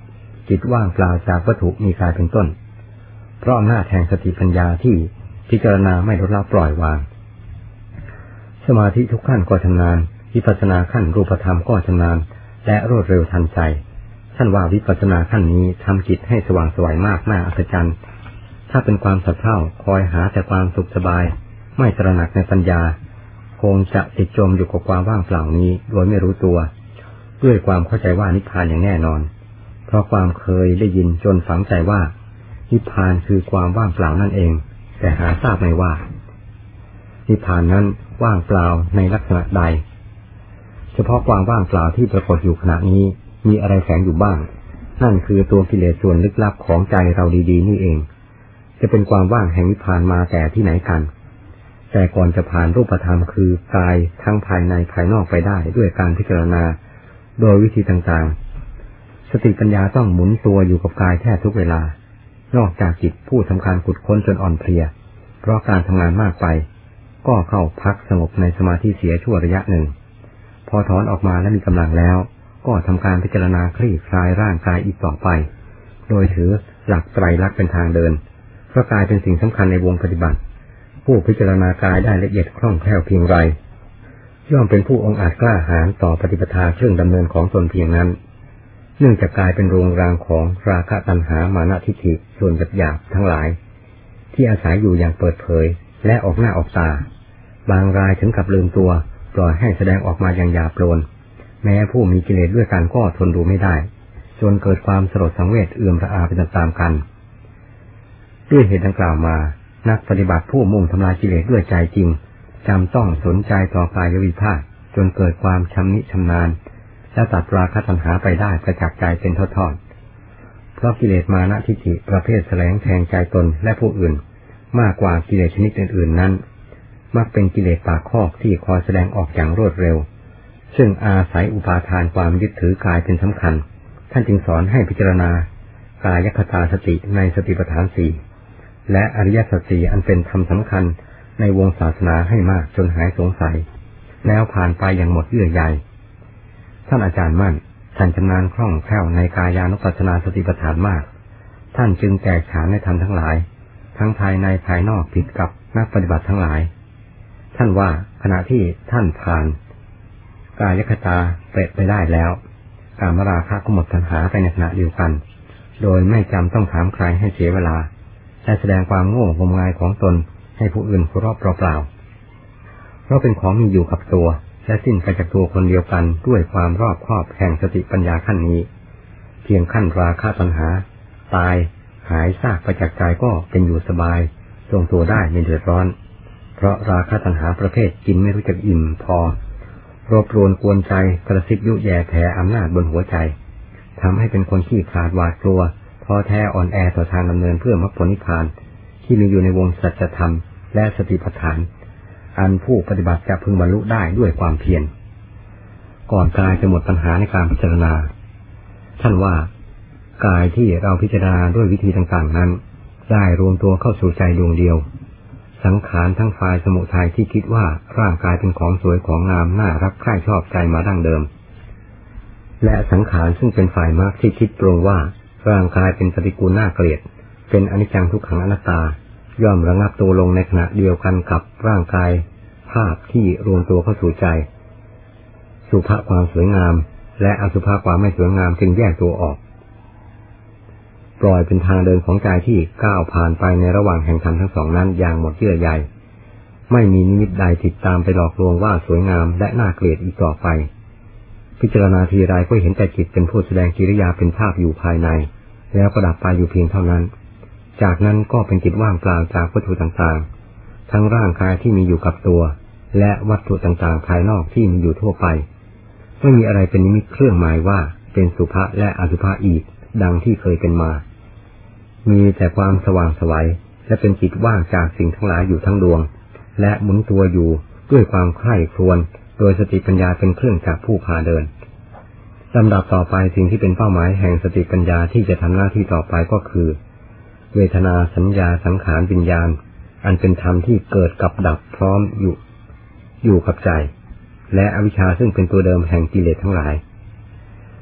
จิตว่างเปล่าจากวัตถุมีกายเป็นต้นเพราะอำนาจแห่งสติปัญญาที่พิจารณาไม่ลดละปล่อยวางสมาธิทุกขั้นก็ชำนาญวิปัสสนาขั้นรูปธรรมก็ชำนาญและรวดเร็วทันใจท่านว่าวิปัสสนาขั้นนี้ทำจิตให้สว่างไสวมากน่าอัศจรรย์ถ้าเป็นความสับเท่าคอยหาแต่ความสุขสบายไม่ตระหนักในปัญญาคงจะติดจมอยู่กับความว่างเปล่านี้โดยไม่รู้ตัวด้วยความเข้าใจว่านิพพานอย่างแน่นอนเพราะความเคยได้ยินจนฝังใจว่านิพพานคือความว่างเปล่านั่นเองแต่หาทราบไม่ว่านิพพานนั้นว่างเปล่าในลักษณะใดเฉพาะความว่างเปล่าที่ปรากฏอยู่ขณะนี้มีอะไรแฝงอยู่บ้างนั่นคือตัวกิเลสส่วนลึกลับของใจเราดีๆนี่เองจะเป็นความว่างแห่งนิพพานมาแต่ที่ไหนกันแต่ก่อนจะผ่านรูปธรรมคือกายทั้งภายในภายนอกไปได้ด้วยการพิจารณาโดยวิธีต่างๆสติปัญญาต้องหมุนตัวอยู่กับกายแทบทุกเวลานอกจากจิตผู้ทำการขุดค้นจนอ่อนเพลียเพราะการทำงานมากไปก็เข้าพักสงบในสมาธิเสียชั่วระยะหนึ่งพอถอนออกมาและมีกำลังแล้วก็ทำการพิจารณาคลี่คลายร่างกายอีกต่อไปโดยถือหลักไตรลักษณ์เป็นทางเดินเพราะกายเป็นสิ่งสำคัญในวงปฏิบัติผู้พิจารณากายได้ละเอียดคล่องแคล่วเพียงไรย่อมเป็นผู้องอาจกล้าหาญต่อปฏิปทาเครื่องดำเนินของตนเพียงนั้นเนื่องจากกายเป็นโรงรางของราคะตัณหามานะทิฏฐิส่วนหยาบๆทั้งหลายที่อาศัยอยู่อย่างเปิดเผยและออกหน้าออกตาบางรายถึงกับลืมตัวปล่อยให้แสดงออกมาอย่างหยาบโลนแม้ผู้มีกิเลสด้วยกันก็ทนดูไม่ได้จนเกิดความสลดสังเวชเอื่อมระอาไปตามๆกันด้วยเหตุดังกล่าวมานักปฏิบัติผู้มุ่งทำลายกิเลสด้วยใจจริงจำต้องสนใจต่อกายวิภาคจนเกิดความชำนิชำนาญและตัดราคะตัณหาไปได้ประจักษ์ใจเป็นทอดๆเพราะกิเลสมานะทิฏฐิประเภทแสลงแทงใจตนและผู้อื่นมากกว่ากิเลสชนิดอื่นๆนั้นมักเป็นกิเลสปากคอกที่คอยแสดงออกอย่างรวดเร็วซึ่งอาศัยอุปาทานความยึดถือกายเป็นสำคัญท่านจึงสอนให้พิจารณากายคตาสติในสติปัฏฐานสี่และอริยสัจสี่อันเป็นธรรมสำคัญในวงศาสนาให้มากจนหายสงสัยแล้วผ่านไปอย่างหมดเยื่อใยท่านอาจารย์มั่นท่านชำนาญคล่องแคล่วในกายานุปัสสนาสติปัฏฐานมากท่านจึงแตกฉานในธรรมทั้งหลายทั้งภายในภายนอกผิดกับนักปฏิบัติทั้งหลายท่านว่าขณะที่ท่านผ่านกายคตาไปได้แล้วกามราคะก็หมดปัญหาไปในขณะเดียวกันโดยไม่จำต้องถามใครให้เสียเวลาและแสดงความโง่งมงายของตนให้ผู้อื่นหัวเราะเปล่าๆเพราะเป็นของมีอยู่กับตัวและสิ้นไปจากตัวคนเดียวกันด้วยความรอบคอบแห่งสติปัญญาขั้นนี้เพียงขั้นราคะตัณหาตายหายซากไปจากกายก็เป็นอยู่สบายทรงตัวได้ไม่เดือดร้อนเพราะราคะตัณหาประเภทกินไม่รู้จักอิ่มพอรบกวนกวนใจกระซิบยุแย่แผ่อำนาจบนหัวใจทำให้เป็นคนขี้ขลาดหวาดกลัวท้อแท้อ่อนแอต่อทางดำเนินเพื่อมรรคผลนิพพานที่มีอยู่ในวงสัจธรรมและสติปัฏฐานอันผู้ปฏิบัติจะพึงบรรลุได้ด้วยความเพียรก่อนกายจะหมดปัญหาในการพิจารณาท่านว่ากายที่เราพิจารณาด้วยวิธีต่างๆนั้นได้รวมตัวเข้าสู่ใจดวงเดียวสังขารทั้งฝ่ายสมุทัยที่คิดว่าร่างกายเป็นของสวยของงามน่ารักใคร่ชอบใจมาดั้งเดิมและสังขารซึ่งเป็นฝ่ายมรรคที่คิดตรงว่าร่างกายเป็นปฏิกูลน่าเกลียดเป็นอนิจจังทุกขังอนัตตาย่อมระงับตัวลงในขณะเดียวกันกับร่างกายภาพที่รวมตัวเข้าสู่ใจสุภาพความสวยงามและอสุภาพความไม่สวยงามจึงแยกตัวออกปล่อยเป็นทางเดินของใจที่ก้าวผ่านไปในระหว่างแห่งธรรมทั้งสองนั้นอย่างหมดเยื่อใยไม่มีนิมิตใดติดตามไปหลอกลวงว่าสวยงามและน่าเกลียดอีกต่อไปพิจารณาทีไรก็เห็นแต่จิตเป็นผู้แสดงกิริยาเป็นภาพอยู่ภายในแล้วก็ดับไปอยู่เพียงเท่านั้นจากนั้นก็เป็นจิตว่างเปล่าจากวัตถุต่างๆทั้งร่างกายที่มีอยู่กับตัวและวัตถุต่างๆภายนอกที่มีอยู่ทั่วไปไม่มีอะไรเป็นนิมิตเครื่องหมายว่าเป็นสุภะและอสุภะอีกดังที่เคยเป็นมามีแต่ความสว่างไสวและเป็นจิตว่างจากสิ่งทั้งหลายอยู่ทั้งดวงและหมุนตัวอยู่ด้วยความใคร่ครวญโดยสติปัญญาเป็นเครื่องจักผู้พาเดินลำดับต่อไปสิ่งที่เป็นเป้าหมายแห่งสติปัญญาที่จะทำหน้าที่ต่อไปก็คือเวทนาสัญญาสังขารวิญญาณอันเป็นธรรมที่เกิดกับดับพร้อมอยู่กับใจและอวิชชาซึ่งเป็นตัวเดิมแห่งกิเลสทั้งหลาย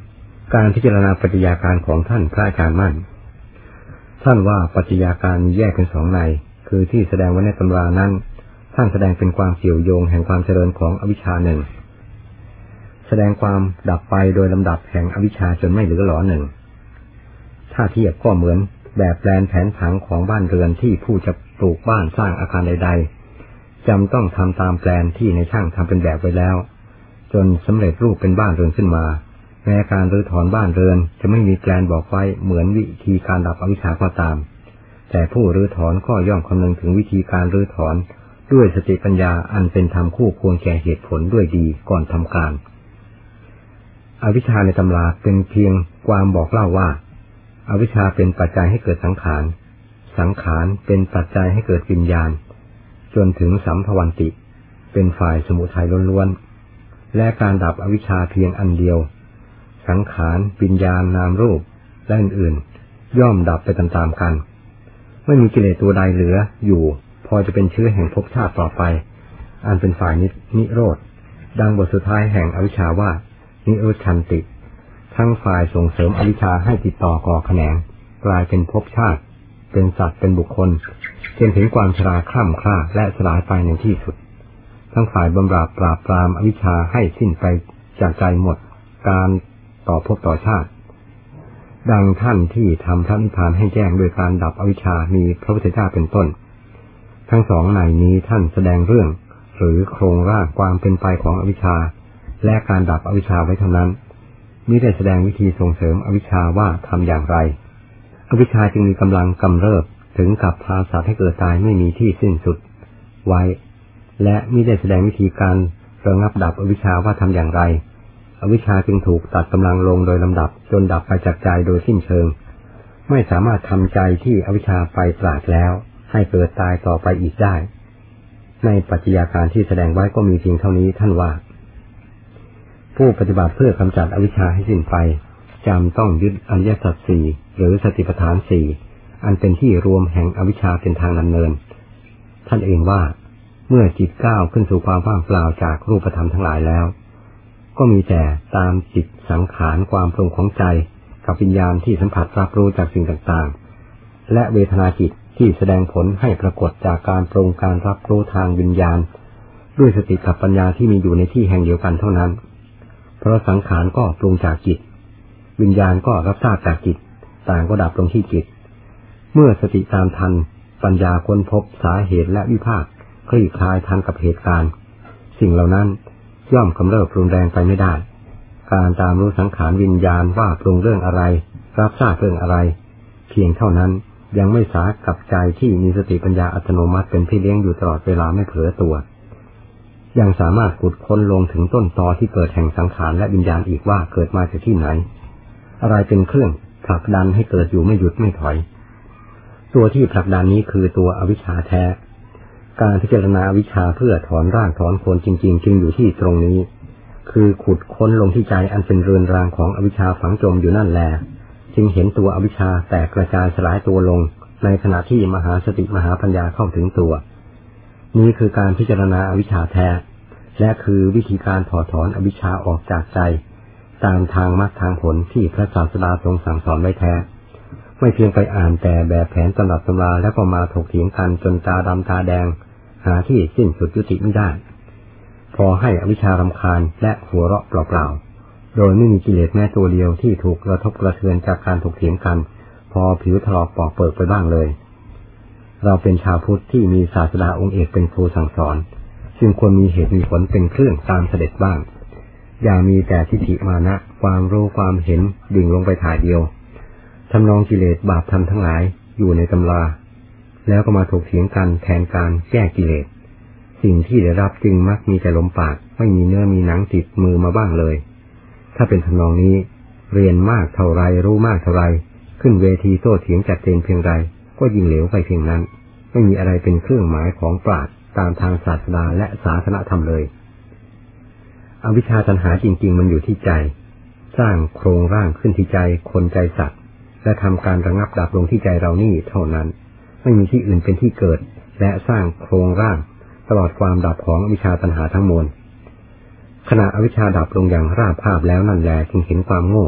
การพิจารณาปัจจัยการของท่านพระอาจารย์มั่นท่านว่าปัจจัยการแยกเป็นสองในคือที่แสดงไว้ในตำรานั้นท่านแสดงเป็นความเกี่ยวโยงแห่งความเจริญของอวิชชาหนึ่งแสดงความดับไปโดยลำดับแห่งอวิชชาจนไม่เหลือหลอหนึ่งถ้าเทียบก็เหมือนแบบแปลนแผนผังของบ้านเรือนที่ผู้จะปลูกบ้านสร้างอาคารใดๆจำต้องทำตามแปลนที่ในช่างทำเป็นแบบไว้แล้วจนสำเร็จรูปเป็นบ้านเรือนขึ้นมาแม้การรื้อถอนบ้านเรือนจะไม่มีแปลนบอกไว้เหมือนวิธีการดับอวิชชาก็ตามแต่ผู้รื้อถอนก็ย่อมคำนึงถึงวิธีการรื้อถอนด้วยสติปัญญาอันเป็นธรรมคู่ควรแก่เหตุผลด้วยดีก่อนทำการอวิชชาในตำราเป็นเพียงความบอกเล่าว่าอวิชชาเป็นปัจจัยให้เกิดสังขารสังขารเป็นปัจจัยให้เกิดวิญญาณจนถึงสัมภวันติเป็นฝ่ายสมุทัยล้วนๆและการดับอวิชชาเพียงอันเดียวสังขารวิญญาณนามรูปและอื่นๆย่อมดับไปตามๆกันไม่มีกิเลสตัวใดเหลืออยู่พอจะเป็นเชื้อแห่งภพชาติต่อไปอันเป็นฝ่ายนิโรธดังบทสุดท้ายแห่งอวิชชาว่านิโรธชันติทั้งฝ่ายส่งเสริมอวิชชาให้ติดต่อก่อแขนงกลายเป็นภพชาติเป็นสัตว์เป็นบุคคลจนถึงความชราคร่ำคร่าและสลายไปในที่สุดทั้งฝ่ายบำราบปราบปรามอวิชชาให้สิ้นไปจากใจหมดการต่อภพต่อชาติดังท่านที่ทำพระนิพพานให้แจ้งโดยการดับอวิชชามีพระพุทธเจ้าเป็นต้นทั้งสองในนี้ท่านแสดงเรื่องหรือโครงร่างความเป็นไปของอวิชชาและการดับอวิชชาไว้เท่านั้นมิได้แสดงวิธีส่งเสริมอวิชชาว่าทำอย่างไรอวิชชาจึงมีกำลังกำเริบถึงกับพาสัตว์ให้เกิดตายไม่มีที่สิ้นสุดไว้และมิได้แสดงวิธีการระงับดับอวิชชาว่าทำอย่างไรอวิชชาจึงถูกตัดกำลังลงโดยลำดับจนดับไปจากใจโดยสิ้นเชิงไม่สามารถทำใจที่อวิชชาไปปราดแล้วให้เกิดตายต่อไปอีกได้ในปัจจัยการที่แสดงไว้ก็มีเพียงเท่านี้ท่านว่าผู้ปฏิบัติเพื่อกำจัดอวิชชาให้สิ้นไปจำต้องยึดอริยสัจสี่หรือสติปัฏฐานสี่อันเป็นที่รวมแห่งอวิชชาเป็นทางดำเนินท่านเองว่าเมื่อจิตก้าวขึ้นสู่ความว่างเปล่าจากรูปธรรมทั้งหลายแล้วก็มีแต่ตามจิตสังขารความปรุงของใจกับวิญญาณที่สัมผัสรับรู้จากสิ่งต่างๆและเวทนาจิตที่แสดงผลให้ปรากฏจากการปรุงการรับรู้ทางวิญญาณด้วยสติกับปัญญาที่มีอยู่ในที่แห่งเดียวกันเท่านั้นเพราะสังขารก็ปรุงจากจิตวิญญาณก็รับทราบจากจิตต่างก็ดับลงที่จิตเมื่อสติตามทันปัญญาค้นพบสาเหตุและวิภาคคลี่คลายทันกับเหตุการณ์สิ่งเหล่านั้นย่อมกำเริบรุนแรงไปไม่ได้การตามรู้สังขารวิญญาณว่าปรุงเรื่องอะไรรับทราบเรื่องอะไรเพียงเท่านั้นยังไม่สากับใจที่มีสติปัญญาอัตโนมัติเป็นพี่เลี้ยงอยู่ตลอดเวลาไม่เผลอตัวยังสามารถขุดค้นลงถึงต้นตอที่เกิดแห่งสังขารและวิญญาณอีกว่าเกิดมาจากที่ไหนอะไรเป็นเครื่องผลักดันให้เกิดอยู่ไม่หยุดไม่ถอยตัวที่ผลักดันนี้คือตัวอวิชชาแท้การพิจารณาอวิชชาเพื่อถอนรากถอนโคนจริงๆจึงอยู่ที่ตรงนี้คือขุดค้นลงที่ใจอันเป็นเรือนรางของอวิชชาฝังจมอยู่นั่นแลจึงเห็นตัวอวิชชาแตกกระจายสลายตัวลงในขณะที่มหาสติมหาปัญญาเข้าถึงตัวนี้คือการพิจารณาอวิชชาแท้และคือวิธีการถอดถอนอวิชชาออกจากใจตามทางมรรคทางผลที่พระศาสดาทรงสั่งสอนไว้แท้ไม่เพียงไปอ่านแต่แบบแผนตำรับตำราแล้วก็มาถกเถียงกันจนตาดำตาแดงหาที่สิ้นสุดยุติไม่ได้พอให้อวิชชารำคาญและหัวเราะเปล่าๆโดยไม่มีกิเลสแม้ตัวเดียวที่ถูกกระทบกระเทือนจากการถกเถียงกันพอผิวถลอกปอกเปิกไปบ้างเลยเราเป็นชาวพุทธที่มีศาสดาองค์เอกเป็นครูสั่งสอนจึงควรมีเหตุมีผลเป็นเครื่องตามเสด็จบ้างอย่ามีแต่ทิฏฐิมานะความรู้ความเห็นดิ่งลงไปถ่ายเดียวทำนองกิเลสบาปธรรมทั้งหลายอยู่ในตำราแล้วก็มาถกเถียงกันแทนการแก้กิเลสสิ่งที่ได้รับจึงมักมีแต่ลมปากไม่มีเนื้อมีหนังติดมือมาบ้างเลยถ้าเป็นทำนองนี้เรียนมากเท่าไรรู้มากเท่าไรขึ้นเวทีโต้เถียงจัดเจนเพียงไรก็ยิ่งเหลวไปเพียงนั้นไม่มีอะไรเป็นเครื่องหมายของปราชญ์ตามทางศาสนาและศาสนธรรมเลยอวิชชาตัณหาจริงๆมันอยู่ที่ใจสร้างโครงร่างขึ้นที่ใจคนใจสัตว์และทำการระงับดับลงที่ใจเรานี่เท่านั้นไม่มีที่อื่นเป็นที่เกิดและสร้างโครงร่างตลอดความดับของอวิชชาตัณหาทั้งมวลขณะอวิชชาดับลงอย่างราบคาบแล้วนั่นแลจึงเห็นความโง่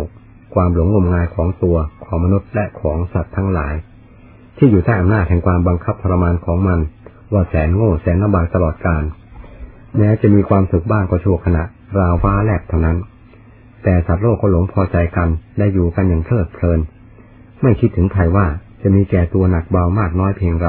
ความหลงงมงายของตัวของมนุษย์และของสัตว์ทั้งหลายที่อยู่ใต้อำนาจแห่งความบังคับทรมานของมันว่าแสนโง่แสนลำบากตลอดกาลแม้จะมีความสุขบ้างก็ชั่วขณะราวฟ้าแลบเท่านั้นแต่สัตว์โลกก็หลงพอใจกันและอยู่กันอย่างเพลิดเพลินไม่คิดถึงใครว่าจะมีแก่ตัวหนักเบามากน้อยเพียงไร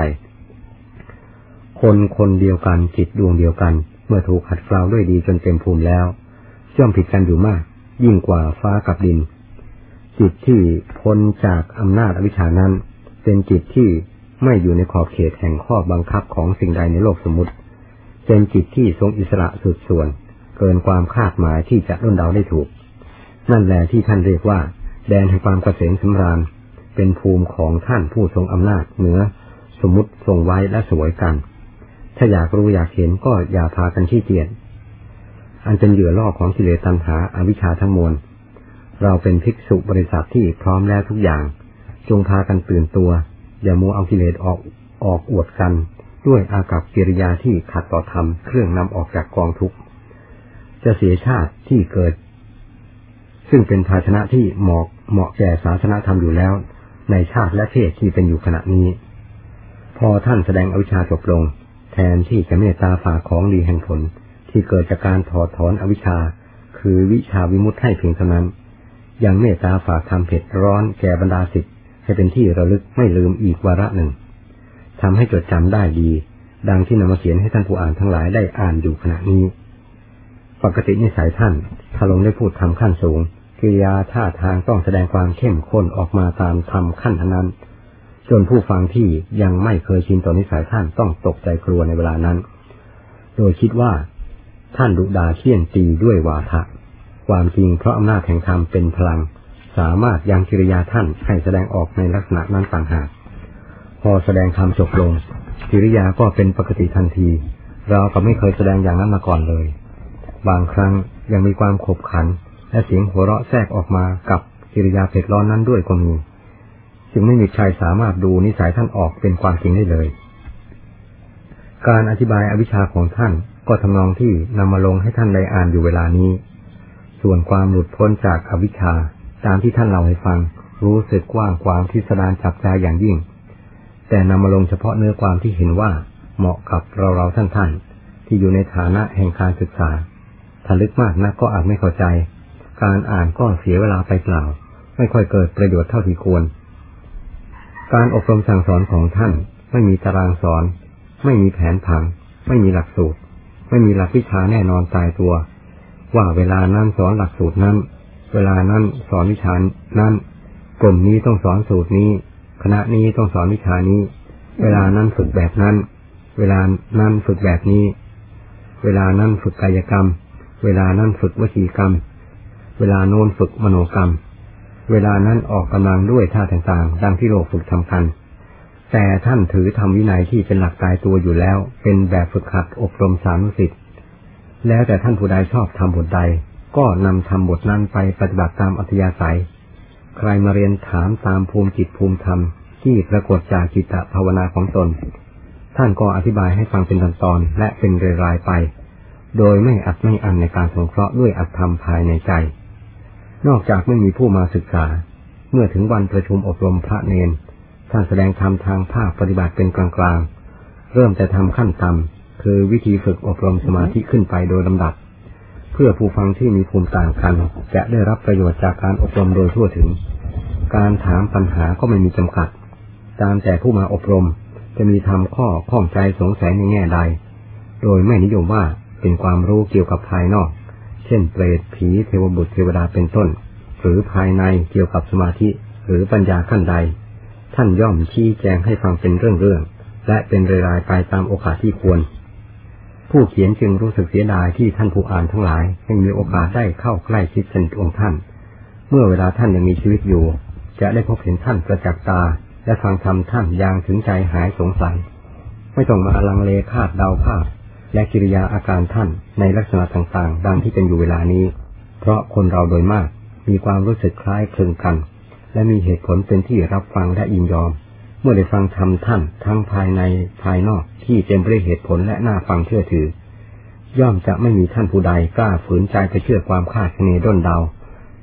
คนเดียวกันจิตดวงเดียวกันเมื่อถูกขัดเกลาด้วยดีจนเต็มภูมิแล้วย่อมผิดกันอยู่มากยิ่งกว่าฟ้ากับดินจิตที่พ้นจากอำนาจอวิชชานั้นเป็นจิตที่ไม่อยู่ในขอบเขตแห่งข้อบังคับของสิ่งใดในโลกสมมุติเป็นจิตที่ทรงอิสระสุดส่วนเกินความคาดหมายที่จะร่นเดาได้ถูกนั่นแหละที่ท่านเรียกว่าแดนแห่งความเกษมสำราญเป็นภูมิของท่านผู้ทรงอำนาจเหนือสมมุติทรงไว้และสวยกันถ้าอยากรู้อยากเห็นก็อย่าพากันขี้เกียจอันเป็นเหยื่อล่อของกิเลสตัณหาอวิชชาทั้งมวลเราเป็นภิกษุบริษัทที่พร้อมแล้วทุกอย่างจงพากันตื่นตัวอย่ามัวเอากิเลสออกอวดกันด้วยอากัปกิริยาที่ขัดต่อธรรมเครื่องนำออกจากกองทุกข์จะเสียชาติที่เกิดซึ่งเป็นภาชนะที่เหมาะแก่ศาสนธรรมอยู่แล้วในชาติและเพศที่เป็นอยู่ขณะนี้พอท่านแสดงอวิชชาจบลงแทนที่จะเมตตาฝากของดีแห่งผลที่เกิดจากการถอดถอนอวิชชาคือวิชาวิมุตติให้เพียงเท่านั้นยังเมตตาฝากทำเผ็ดร้อนแก่บรรดาศิษย์ให้เป็นที่ระลึกไม่ลืมอีกวาระหนึ่งทำให้จดจำได้ดีดังที่นำมาเขียนให้ท่านผู้อ่านทั้งหลายได้อ่านอยู่ขณะนี้ปกตินิสัยท่านถ้าลงได้พูดทำขั้นสูงกิริยาท่าทางต้องแสดงความเข้มข้นออกมาตามธรรมขั้นนั้นจนผู้ฟังที่ยังไม่เคยชินต่อนิสัยท่านต้องตกใจกลัวในเวลานั้นโดยคิดว่าท่านดุด่าเฆี่ยนตีด้วยวาทะความจริงเพราะอำนาจแห่งธรรมเป็นพลังสามารถยังกิริยาท่านให้แสดงออกในลักษณะนั้นต่างหากพอแสดงธรรมจบลงกิริยาก็เป็นปกติทันทีเราก็ไม่เคยแสดงอย่างนั้นมาก่อนเลยบางครั้งยังมีความขบขันและเสียงหัวเราะแทรกออกมากับกิริยาเผ็ดร้อนนั้นด้วยก็มีจึงไม่มีใครสามารถดูนิสัยท่านออกเป็นความจริงได้เลยการอธิบายอวิชชาของท่านก็ทำนองที่นำมาลงให้ท่านได้อ่านอยู่เวลานี้ส่วนความหลุดพ้นจากอวิชชาตามที่ท่านเล่าให้ฟังรู้สึกกว้างขวางพิสดารจับใจอย่างยิ่งแต่นำมาลงเฉพาะเนื้อความที่เห็นว่าเหมาะกับเราท่านที่อยู่ในฐานะแห่งการศึกษาถ้าลึกมากนักก็อาจไม่เข้าใจการอ่านก็เสียเวลาไปเปล่าไม่ค่อยเกิดประโยชน์เท่าที่ควรการอบรมสั่งสอนของท่านไม่มีตารางสอนไม่มีแผนผังไม่มีหลักสูตรไม่มีหลักวิชาแน่นอนตายตัวว่าเวลานั้นสอนหลักสูตรนั้นเวลานั้นสอนวิชานั้นกลุ่มนี้ต้องสอนสูตรนี้คณะนี้ต้องสอนวิชานี้เวลานั้นฝึกแบบนั้นเวลานั้นฝึกแบบนี้เวลานั้นฝึกกายกรรมเวลานั้นฝึกวจีกรรมเวลาโน้นฝึกมโนกรรมเวลานั้นออกกำลังด้วยท่าต่างๆดังที่โลกฝึกทำกันแต่ท่านถือธรรมวินัยที่เป็นหลักตายตัวอยู่แล้วเป็นแบบฝึกหัดอบรมสานุศิษย์แล้วแต่ท่านผู้ใดชอบทำบทใดก็นำทำบทนั้นไปปฏิบัติตามอัธยาศัยใครมาเรียนถามตามภูมิจิตภูมิธรรมที่ปรากฏจากจิตภาวนาของตนท่านก็อธิบายให้ฟังเป็นตอนๆและเป็นรายๆไปโดยไม่อัดไม่อั้นในการสงเคราะห์ด้วยอัตธรรมภายในใจนอกจากไม่มีผู้มาศึกษาเมื่อถึงวันประชุมอบรมพระเนรท่านแสดงธรรมทางภาคปฏิบัติเป็นกลางๆเริ่มแต่ทำขั้นต่ำคือวิธีฝึกอบรมสมาธิขึ้นไปโดยลำดับเพื่อผู้ฟังที่มีภูมิต่างกันจะได้รับประโยชน์จากการอบรมโดยทั่วถึงการถามปัญหาก็ไม่มีจำกัดตามแต่ผู้มาอบรมจะมีทำข้อข้องใจสงสัยในแง่ใดโดยไม่นิยมว่าเป็นความรู้เกี่ยวกับภายนอกเช่นเปรตผีเทวบุตรเทวดาเป็นต้นหรือภายในเกี่ยวกับสมาธิหรือปัญญาขั้นใดท่านย่อมชี้แจงให้ฟังเป็นเรื่องๆและเป็นรายๆไปตามโอกาสที่ควรผู้เขียนจึงรู้สึกเสียดายที่ท่านผู้อ่านทั้งหลายไม่มีโอกาสได้เข้าใกล้ชิดสนิทองค์ท่านเมื่อเวลาท่านยังมีชีวิตอยู่จะได้พบเห็นท่านประจักษ์ตาและฟังธรรมท่านอย่างถึงใจหายสงสัยไม่ต้องมาลังเลคาดเดาภาพและกิริยาอาการท่านในลักษณะต่างๆดังที่เป็นอยู่เวลานี้เพราะคนเราโดยมากมีความรู้สึกคล้ายคลึงกันและมีเหตุผลเป็นที่รับฟังและยินยอมเมื่อได้ฟังธรรมท่านทั้งภายในภายนอกที่เต็มไปด้วยเหตุผลและน่าฟังเชื่อถือย่อมจะไม่มีท่านผู้ใดกล้าฝืนใจไปเชื่อความคาดคะเนด้นเดา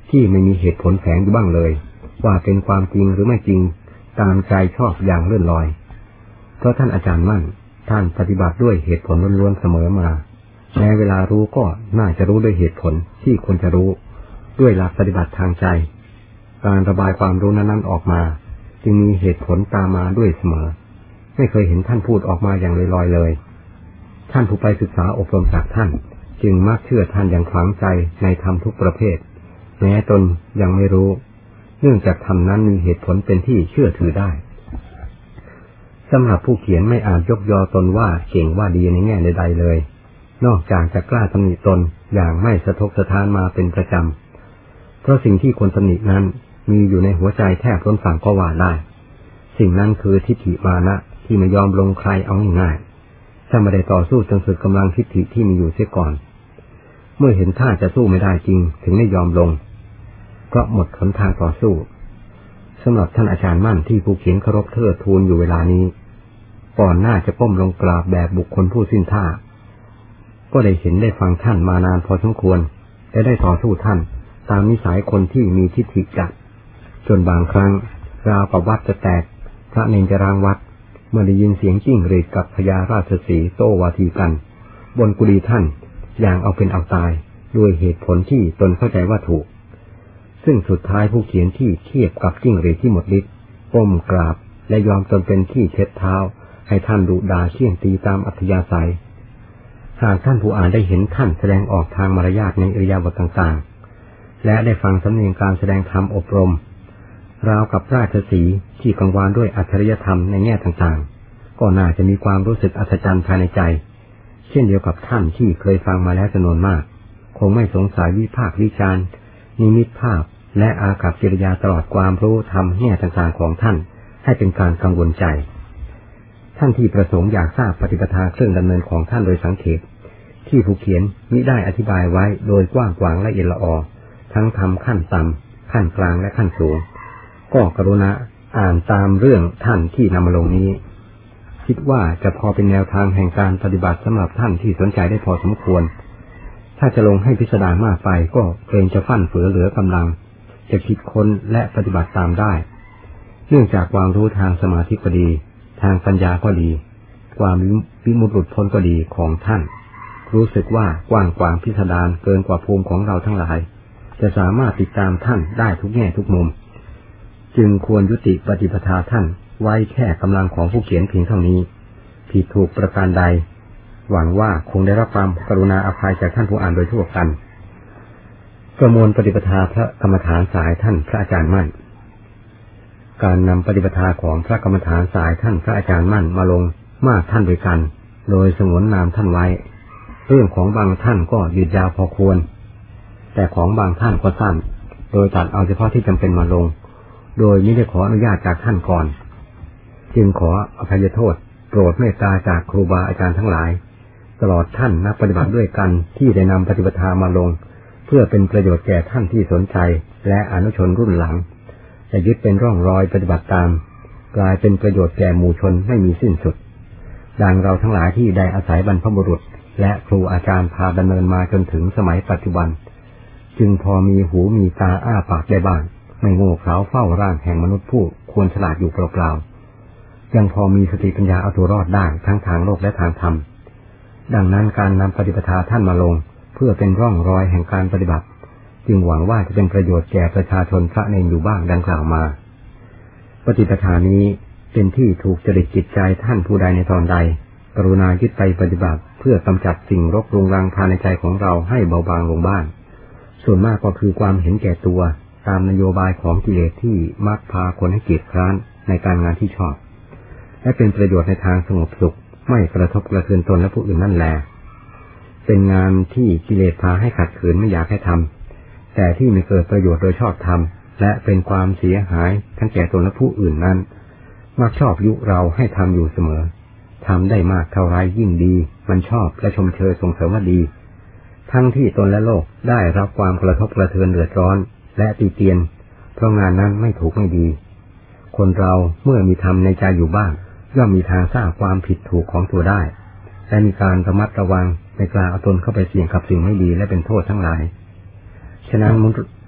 ที่ไม่มีเหตุผลแฝงอยู่บ้างเลยว่าเป็นความจริงหรือไม่จริงตามใจชอบอย่างเลื่อนลอยเพราะท่านอาจารย์มั่นท่านปฏิบัติด้วยเหตุผลล้วนๆเสมอมาแม้เวลารู้ก็น่าจะรู้ด้วยเหตุผลที่ควรจะรู้ด้วยหลักปฏิบัติทางใจการระบายความรู้นั้นออกมาจึงมีเหตุผลตามมาด้วยเสมอไม่เคยเห็นท่านพูดออกมาอย่างลอยๆเลยท่านผู้ไปศึกษาอบรมจากท่านจึงมักเชื่อท่านอย่างฝังใจในธรรมทุกประเภทแม้ตนยังไม่รู้เนื่องจากธรรมนั้นมีเหตุผลเป็นที่เชื่อถือได้สำหรับผู้เขียนไม่อาจยกยอตนว่าเก่งว่าดีในแง่ใดๆเลยนอกจากจะกล้าตำหนิตนอย่างไม่สะทกสะท้านมาเป็นประจำเพราะสิ่งที่ควรตำหนินั้นมีอยู่ในหัวใจแทบล้นฝั่งก็ว่าได้สิ่งนั้นคือทิฏฐิมานะที่ไม่ยอมลงใครเอาง่ายๆถ้าไม่ได้ต่อสู้จนสุดกำลังทิฏฐิที่มีอยู่เสียก่อนเมื่อเห็นท่าจะสู้ไม่ได้จริงถึงได้ยอมลงเพราะหมดหนทางต่อสู้สำหรับท่านอาจารย์มั่นที่ผู้เขียนเคารพเทิดทูนอยู่เวลานี้ก่อนหน้าจะก้มลงกราบแบบบุคคลผู้สิ้นท่าก็ได้เห็นได้ฟังท่านมานานพอสมควรและได้ต่อสู้ท่านตามนิสัยคนที่มีทิฏฐิจัดจนบางครั้งราวกับวัดจะแตกพระเนรจะร้างวัดเมื่อได้ยินเสียงจิ้งหรีดกับพญาราชสีห์โต้วาทีกันบนกุฏิท่านอย่างเอาเป็นเอาตายด้วยเหตุผลที่ตนเข้าใจว่าถูกซึ่งสุดท้ายผู้เขียนที่เทียบกับจิ้งหรีดที่หมดฤทธิ์ก้มกราบและยอมตนเป็นที่เช็ดเท้าให้ท่านดุด่าเคี่ยนตีตามอัธยาศัยหากท่านผู้อ่านได้เห็นท่านแสดงออกทางมารยาทในอิริยาบถต่างๆและได้ฟังสำเนียงการแสดงธรรมอบรมราวกับราชสีห์ที่กังวานด้วยอัจฉริยธรรมในแง่ต่างๆก็น่าจะมีความรู้สึกอัศจรรย์ภายในใจเช่นเดียวกับท่านที่เคยฟังมาแล้วจำนวนมากคงไม่สงสัยวิพากษ์วิจารณ์นิมิตภาพและอากัปกิริยาตลอดความรู้ธรรมแง่ต่างๆของท่านให้เป็นการกังวลใจท่านที่ประสงค์อยากทราบปฏิปทาเครื่องดำเนินของท่านโดยสังเขปที่ผู้เขียนมิได้อธิบายไว้โดยกว้างขวางละเอียดละออทั้งธรรมขั้นต่ำขั้นกลางและขั้นสูงก็กรุณาอ่านตามเรื่องท่านที่นำมาลงนี้คิดว่าจะพอเป็นแนวทางแห่งการปฏิบัติสำหรับท่านที่สนใจได้พอสมควรถ้าจะลงให้พิสดารมากไปก็เกรงจะฟั่นเฟือเหลือกำลังจะคิดค้นและปฏิบัติตามได้เนื่องจากความรู้ทางสมาธิก็ดีทางปัญญาก็ดีความวิมุตติหลุดพ้นก็ดีของท่านรู้สึกว่ากว้างขวางพิสดารเกินกว่าภูมิของเราทั้งหลายจะสามารถติดตามท่านได้ทุกแง่ทุกมุมจึงควรยุติปฏิปทาท่านไว้แค่กำลังของผู้เขียนเพียงเท่านี้ผิดถูกประการใดหวังว่าคงได้รับความกรุณาอภัยจากท่านผู้อ่านโดยทั่วกันประมวลปฏิปทาพระกรรมฐานสายท่านพระอาจารย์มั่นการนำปฏิปทาของพระกรรมฐานสายท่านพระอาจารย์มั่นมาลงมากท่านด้วยกันโดยสงวนนามท่านไว้เรื่องของบางท่านก็ยืดยาวพอควรแต่ของบางท่านก็สั้นโดยตัดเอาเฉพาะที่จำเป็นมาลงโดยไม่ได้ขออนุญาตจากท่านก่อนจึงขออภัยโทษโปรดเมตตาจากครูบาอาจารย์ทั้งหลายตลอดท่านนักปฏิบัติด้วยกันที่ได้นำปฏิปทามาลงเพื่อเป็นประโยชน์แก่ท่านที่สนใจและอนุชนรุ่นหลังจะยึดเป็นร่องรอยปฏิบัติตามกลายเป็นประโยชน์แก่หมู่ชนไม่มีสิ้นสุดดังเราทั้งหลายที่ได้อาศัยบรรพบุรุษและครูอาจารย์พาดำเนินมาจนถึงสมัยปัจจุบันจึงพอมีหูมีตาอ้าปากได้บ้างไม่โง่เขลาเฝ้าร่างแห่งมนุษย์ผู้ควรฉลาดอยู่เปล่าๆยังพอมีสติปัญญาเอาตัวรอดได้ทั้งทางโลกและทางธรรมดังนั้นการนำปฏิปทาท่านมาลงเพื่อเป็นร่องรอยแห่งการปฏิบัติจึงหวังว่าจะเป็นประโยชน์แก่ประชาชนพระเนรอยู่บ้างดังกล่าวมาปฏิปทานี้เป็นที่ถูกจริตจิตใจท่านผู้ใดในตอนใดกรุณายึดไปปฏิบัติเพื่อกำจัดสิ่งรกรุงรังภายในใจของเราให้เบาบางลงบ้างส่วนมากก็คือความเห็นแก่ตัวตามนโยบายของกิเลสที่มักพาคนให้เกียจคร้านในการงานที่ชอบและเป็นประโยชน์ในทางสงบสุขไม่กระทบกระเทือนตนและผู้อื่นนั่นแหละเป็นงานที่กิเลสพาให้ขัดขืนไม่อยากให้ทำแต่ที่ไม่เกิดประโยชน์โดยชอบธรรมและเป็นความเสียหายทั้งแก่ตนและผู้อื่นนั้นมักชอบยุเราให้ทำอยู่เสมอทำได้มากเท่าไรยิ่งดีมันชอบและชมเชยส่งเสริมว่าดีทั้งที่ตนและโลกได้รับความกระทบกระเทือนเดือดร้อนและตีเตียนเพราะงานนั้นไม่ถูกไม่ดีคนเราเมื่อมีธรรมในใจอยู่บ้างย่อมมีทางทราบความผิดถูกของตัวได้และมีการระมัดระวังไม่กล้าเอาตนเข้าไปเสี่ยงกับสิ่งไม่ดีและเป็นโทษทั้งหลายฉะนั้น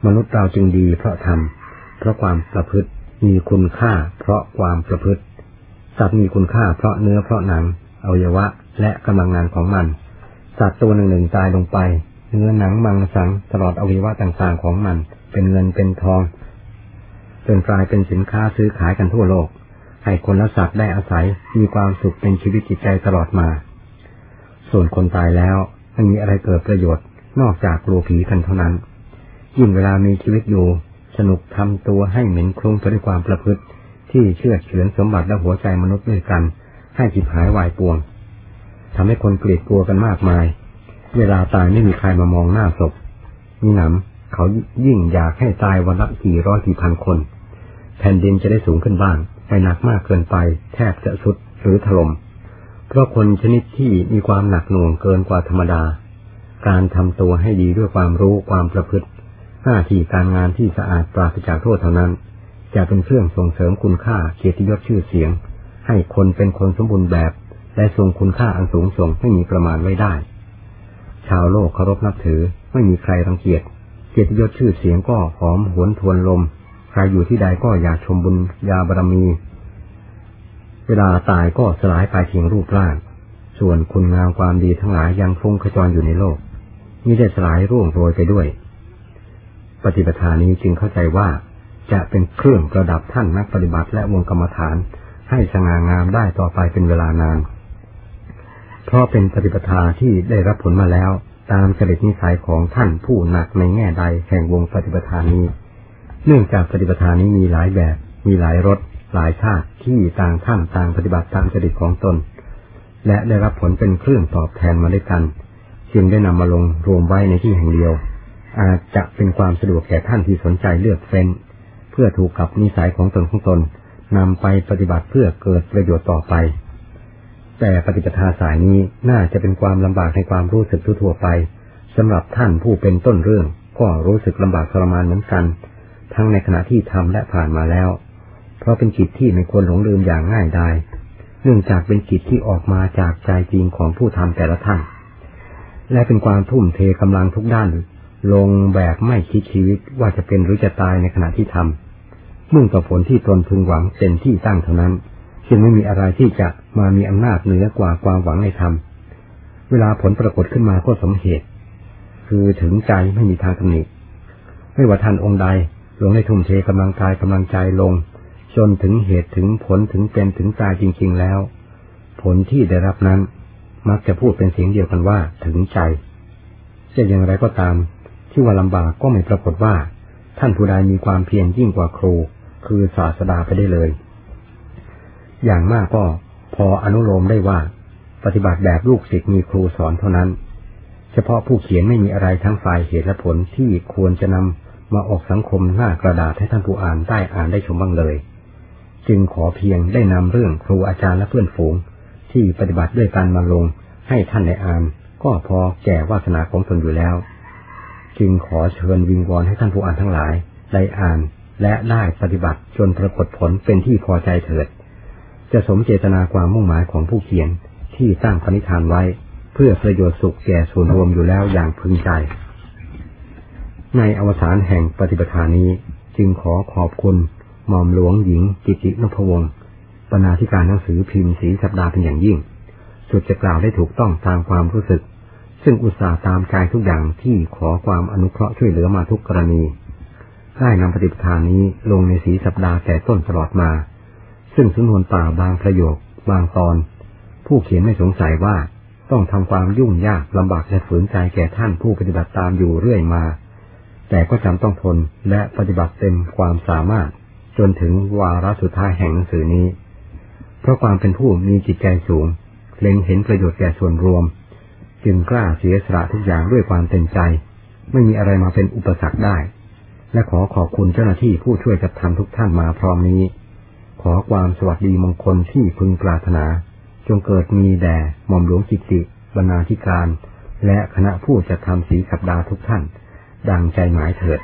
มนุษย์เราจึงดีเพราะธรรมเพราะความประพฤติมีคุณค่าเพราะความประพฤติสัตว์มีคุณค่าเพราะเนื้อเพราะหนังอวัยวะและกำลังงานของมันสัตว์ตัวหนึ่งตายลงไปเนื้อหนังมังสังตลอดอวัยวะต่างๆของมันเป็นเงินเป็นทองจนกลายเป็นสินค้าซื้อขายกันทั่วโลกให้คนและสัตว์ได้อาศัยมีความสุขเป็นชีวิตจิตใจตลอดมาส่วนคนตายแล้วไม่มีอะไรเกิดประโยชน์นอกจากกลัวผีกันเท่านั้นยิ่งเวลามีชีวิตอยู่สนุกทำตัวให้เหม็นคลุ้งไปด้วยความประพฤติที่เชื่อเฉือนสมบัติและหัวใจมนุษย์ด้วยกันให้จิบหายวายป่วงทำให้คนเกลียดกลัวกันมากมายเวลาตายไม่มีใครมามองหน้าศพมีหนำเขายิ่งอยากให้ตายวันละกี่ร้อยกี่พันคนแผ่นดินจะได้สูงขึ้นบ้างไม่หนักมากเกินไปแทบจะสุดหรือถล่มเพราะคนชนิดที่มีความหนักหน่วงเกินกว่าธรรมดาการทำตัวให้ดีด้วยความรู้ความประพฤติหน้าที่การงานที่สะอาดปราศจากโทษเท่านั้นจะเป็นเครื่องส่งเสริมคุณค่าเกียรติยศชื่อเสียงให้คนเป็นคนสมบูรณ์แบบและทรงคุณค่าอันสูงส่งไม่มีประมาณไว้ได้ชาวโลกเคารพนับถือไม่มีใครรังเกียจเกียรติยศชื่อเสียงก็หอมหวนทวนลมใครอยู่ที่ใดก็อยากชมบุญญาบารมีเวลาตายก็สลายไปเพียงรูปร่างส่วนคุณงามความดีทั้งหลายยังฟุ้งขจรอยู่ในโลกมิได้สลายร่วงโรยไปด้วยปฏิปทานี้จึงเข้าใจว่าจะเป็นเครื่องประดับท่านนักปฏิบัติและวงกรรมฐานให้สง่างามได้ต่อไปเป็นเวลานานเพราะเป็นปฏิปทาที่ได้รับผลมาแล้วตามจริตนิสัยของท่านผู้หนักในแง่ใดแห่งวงปฏิปทานี้เนื่องจากปฏิปทานี้มีหลายแบบมีหลายรสหลายชาติที่ต่างท่านต่างปฏิบัติตามจริตของตนและได้รับผลเป็นเครื่องตอบแทนมาด้วยกันจึงได้นำมาลงรวมไว้ในที่แห่งเดียวอาจจะเป็นความสะดวกแก่ท่านที่สนใจเลือกเฟ้นเพื่อถูกกับนิสัยของตนนำไปปฏิบัติเพื่อเกิดประโยชน์ต่อไปแต่ปฏิปทาสายนี้น่าจะเป็นความลำบากในความรู้สึกทั่วไปสำหรับท่านผู้เป็นต้นเรื่องก็รู้สึกลำบากทรมานเหมือนกันทั้งในขณะที่ทำและผ่านมาแล้วเพราะเป็นกิจที่ไม่ควรหลงลืมอย่างง่ายดายเนื่องจากเป็นกิจที่ออกมาจากใจจริงของผู้ทำแต่ละท่านและเป็นความทุ่มเทกำลังทุกด้านลงแบบไม่คิดชีวิตว่าจะเป็นหรือจะตายในขณะที่ทำมุ่งต่อผลที่ตนพึงหวังเป็นที่ตั้งเท่านั้นจึงไม่มีอะไรที่จะมามีอำนาจเหนือกว่าความหวังในธรรมเวลาผลปรากฏขึ้นมาก็สมเหตุคือถึงใจไม่มีทางตำหนิไม่ว่าท่านองค์ใดลงได้ทุ่มเทกำลังกายกำลังใจลงจนถึงเหตุถึงผลถึงเป็นถึงตายจริงๆแล้วผลที่ได้รับนั้นมักจะพูดเป็นเสียงเดียวกันว่าถึงใจจะอย่างไรก็ตามที่ว่าลำบากก็ไม่ปรากฏว่าท่านผู้ใดมีความเพียรยิ่งกว่าครูคือศาสดาไปได้เลยอย่างมากก็พออนุโลมได้ว่าปฏิบัติแบบลูกศิษย์มีครูสอนเท่านั้นเฉพาะผู้เขียนไม่มีอะไรทั้งฝ่ายเหตุและผลที่ควรจะนำมาออกสังคมหน้ากระดาษให้ท่านผู้อ่านได้ชมบ้างเลยจึงขอเพียงได้นำเรื่องครูอาจารย์และเพื่อนฝูงที่ปฏิบัติด้วยกันมาลงให้ท่านได้อ่านก็พอแก่วาสนาของตนอยู่แล้วจึงขอเชิญวิงวอนให้ท่านผู้อ่านทั้งหลายได้อ่านและได้ปฏิบัติจนปรากฏผลเป็นที่พอใจเถิดจะสมเจตนาความมุ่งหมายของผู้เขียนที่ตั้งปณิธานไว้เพื่อประโยชน์สุขแก่ส่วนรวมอยู่แล้วอย่างพึงใจในอวสานแห่งปฏิปทานี้จึงขอขอบคุณหม่อมหลวงหญิงกิตินพวงศ์บรรณาธิการหนังสือพิมพ์ศรีสัปดาห์เป็นอย่างยิ่งสุดจะกล่าวได้ถูกต้องตามความรู้สึกซึ่งอุตส่าห์ตามใจทุกอย่างที่ขอความอนุเคราะห์ช่วยเหลือมาทุกกรณีได้นำปฏิปทานี้ลงในศรีสัปดาห์แต่ต้นตลอดมาซึ่งสำนวนป่าบางประโยคบางตอนผู้เขียนไม่สงสัยว่าต้องทำความยุ่งยากลำบากและฝืนใจแก่ท่านผู้ปฏิบัติตามอยู่เรื่อยมาแต่ก็จำต้องทนและปฏิบัติเต็มความสามารถจนถึงวาระสุดท้ายแห่งหนังสือนี้เพราะความเป็นผู้มีจิตใจสูงเล็งเห็นประโยชน์แก่ส่วนรวมจึงกล้าเสียสละทุกอย่างด้วยความเต็มใจไม่มีอะไรมาเป็นอุปสรรคได้และขอขอบคุณเจ้าหน้าที่ผู้ช่วยจัดทำทุกท่านมาพร้อมนี้ขอความสวัสดีมงคลที่พึงปรารถนาจงเกิดมีแด่หม่อมหลวงกิติบรรณาธิการและคณะผู้จัดทำศรีสัปดาห์ทุกท่านดังใจหมายเถิด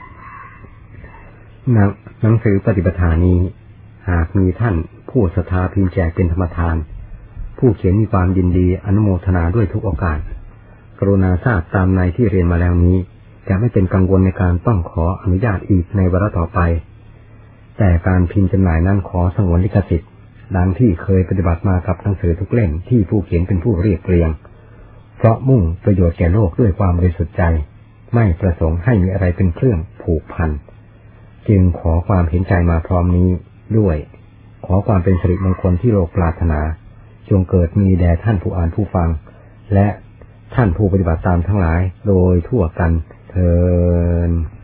หนังสือปฏิปทานี้หากมีท่านผู้ศรัทธาพิมพ์แจกเป็นธรรมทานผู้เขียนมีความยินดีอนุโมทนาด้วยทุกโอกาสกรุณาทราบตามในที่เรียนมาแล้วนี้จะไม่เป็นกังวลในการต้องขออนุญาตอีกในวาระต่อไปแต่การพิมพ์จำหน่ายนั้นขอสงวนลิขสิทธิ์ดังที่เคยปฏิบัติมากับหนังสือทุกเล่มที่ผู้เขียนเป็นผู้เรียบเรียงเพราะมุ่งประโยชน์แก่โลกด้วยความบริสุทธิ์ใจไม่ประสงค์ให้มีอะไรเป็นเครื่องผูกพันจึงขอความเห็นใจมาพร้อมนี้ด้วยขอความเป็นสิริมงคลที่โลกปรารถนาจงเกิดมีแด่ท่านผู้อ่านผู้ฟังและท่านผู้ปฏิบัติตามทั้งหลายโดยทั่วกันเทอญ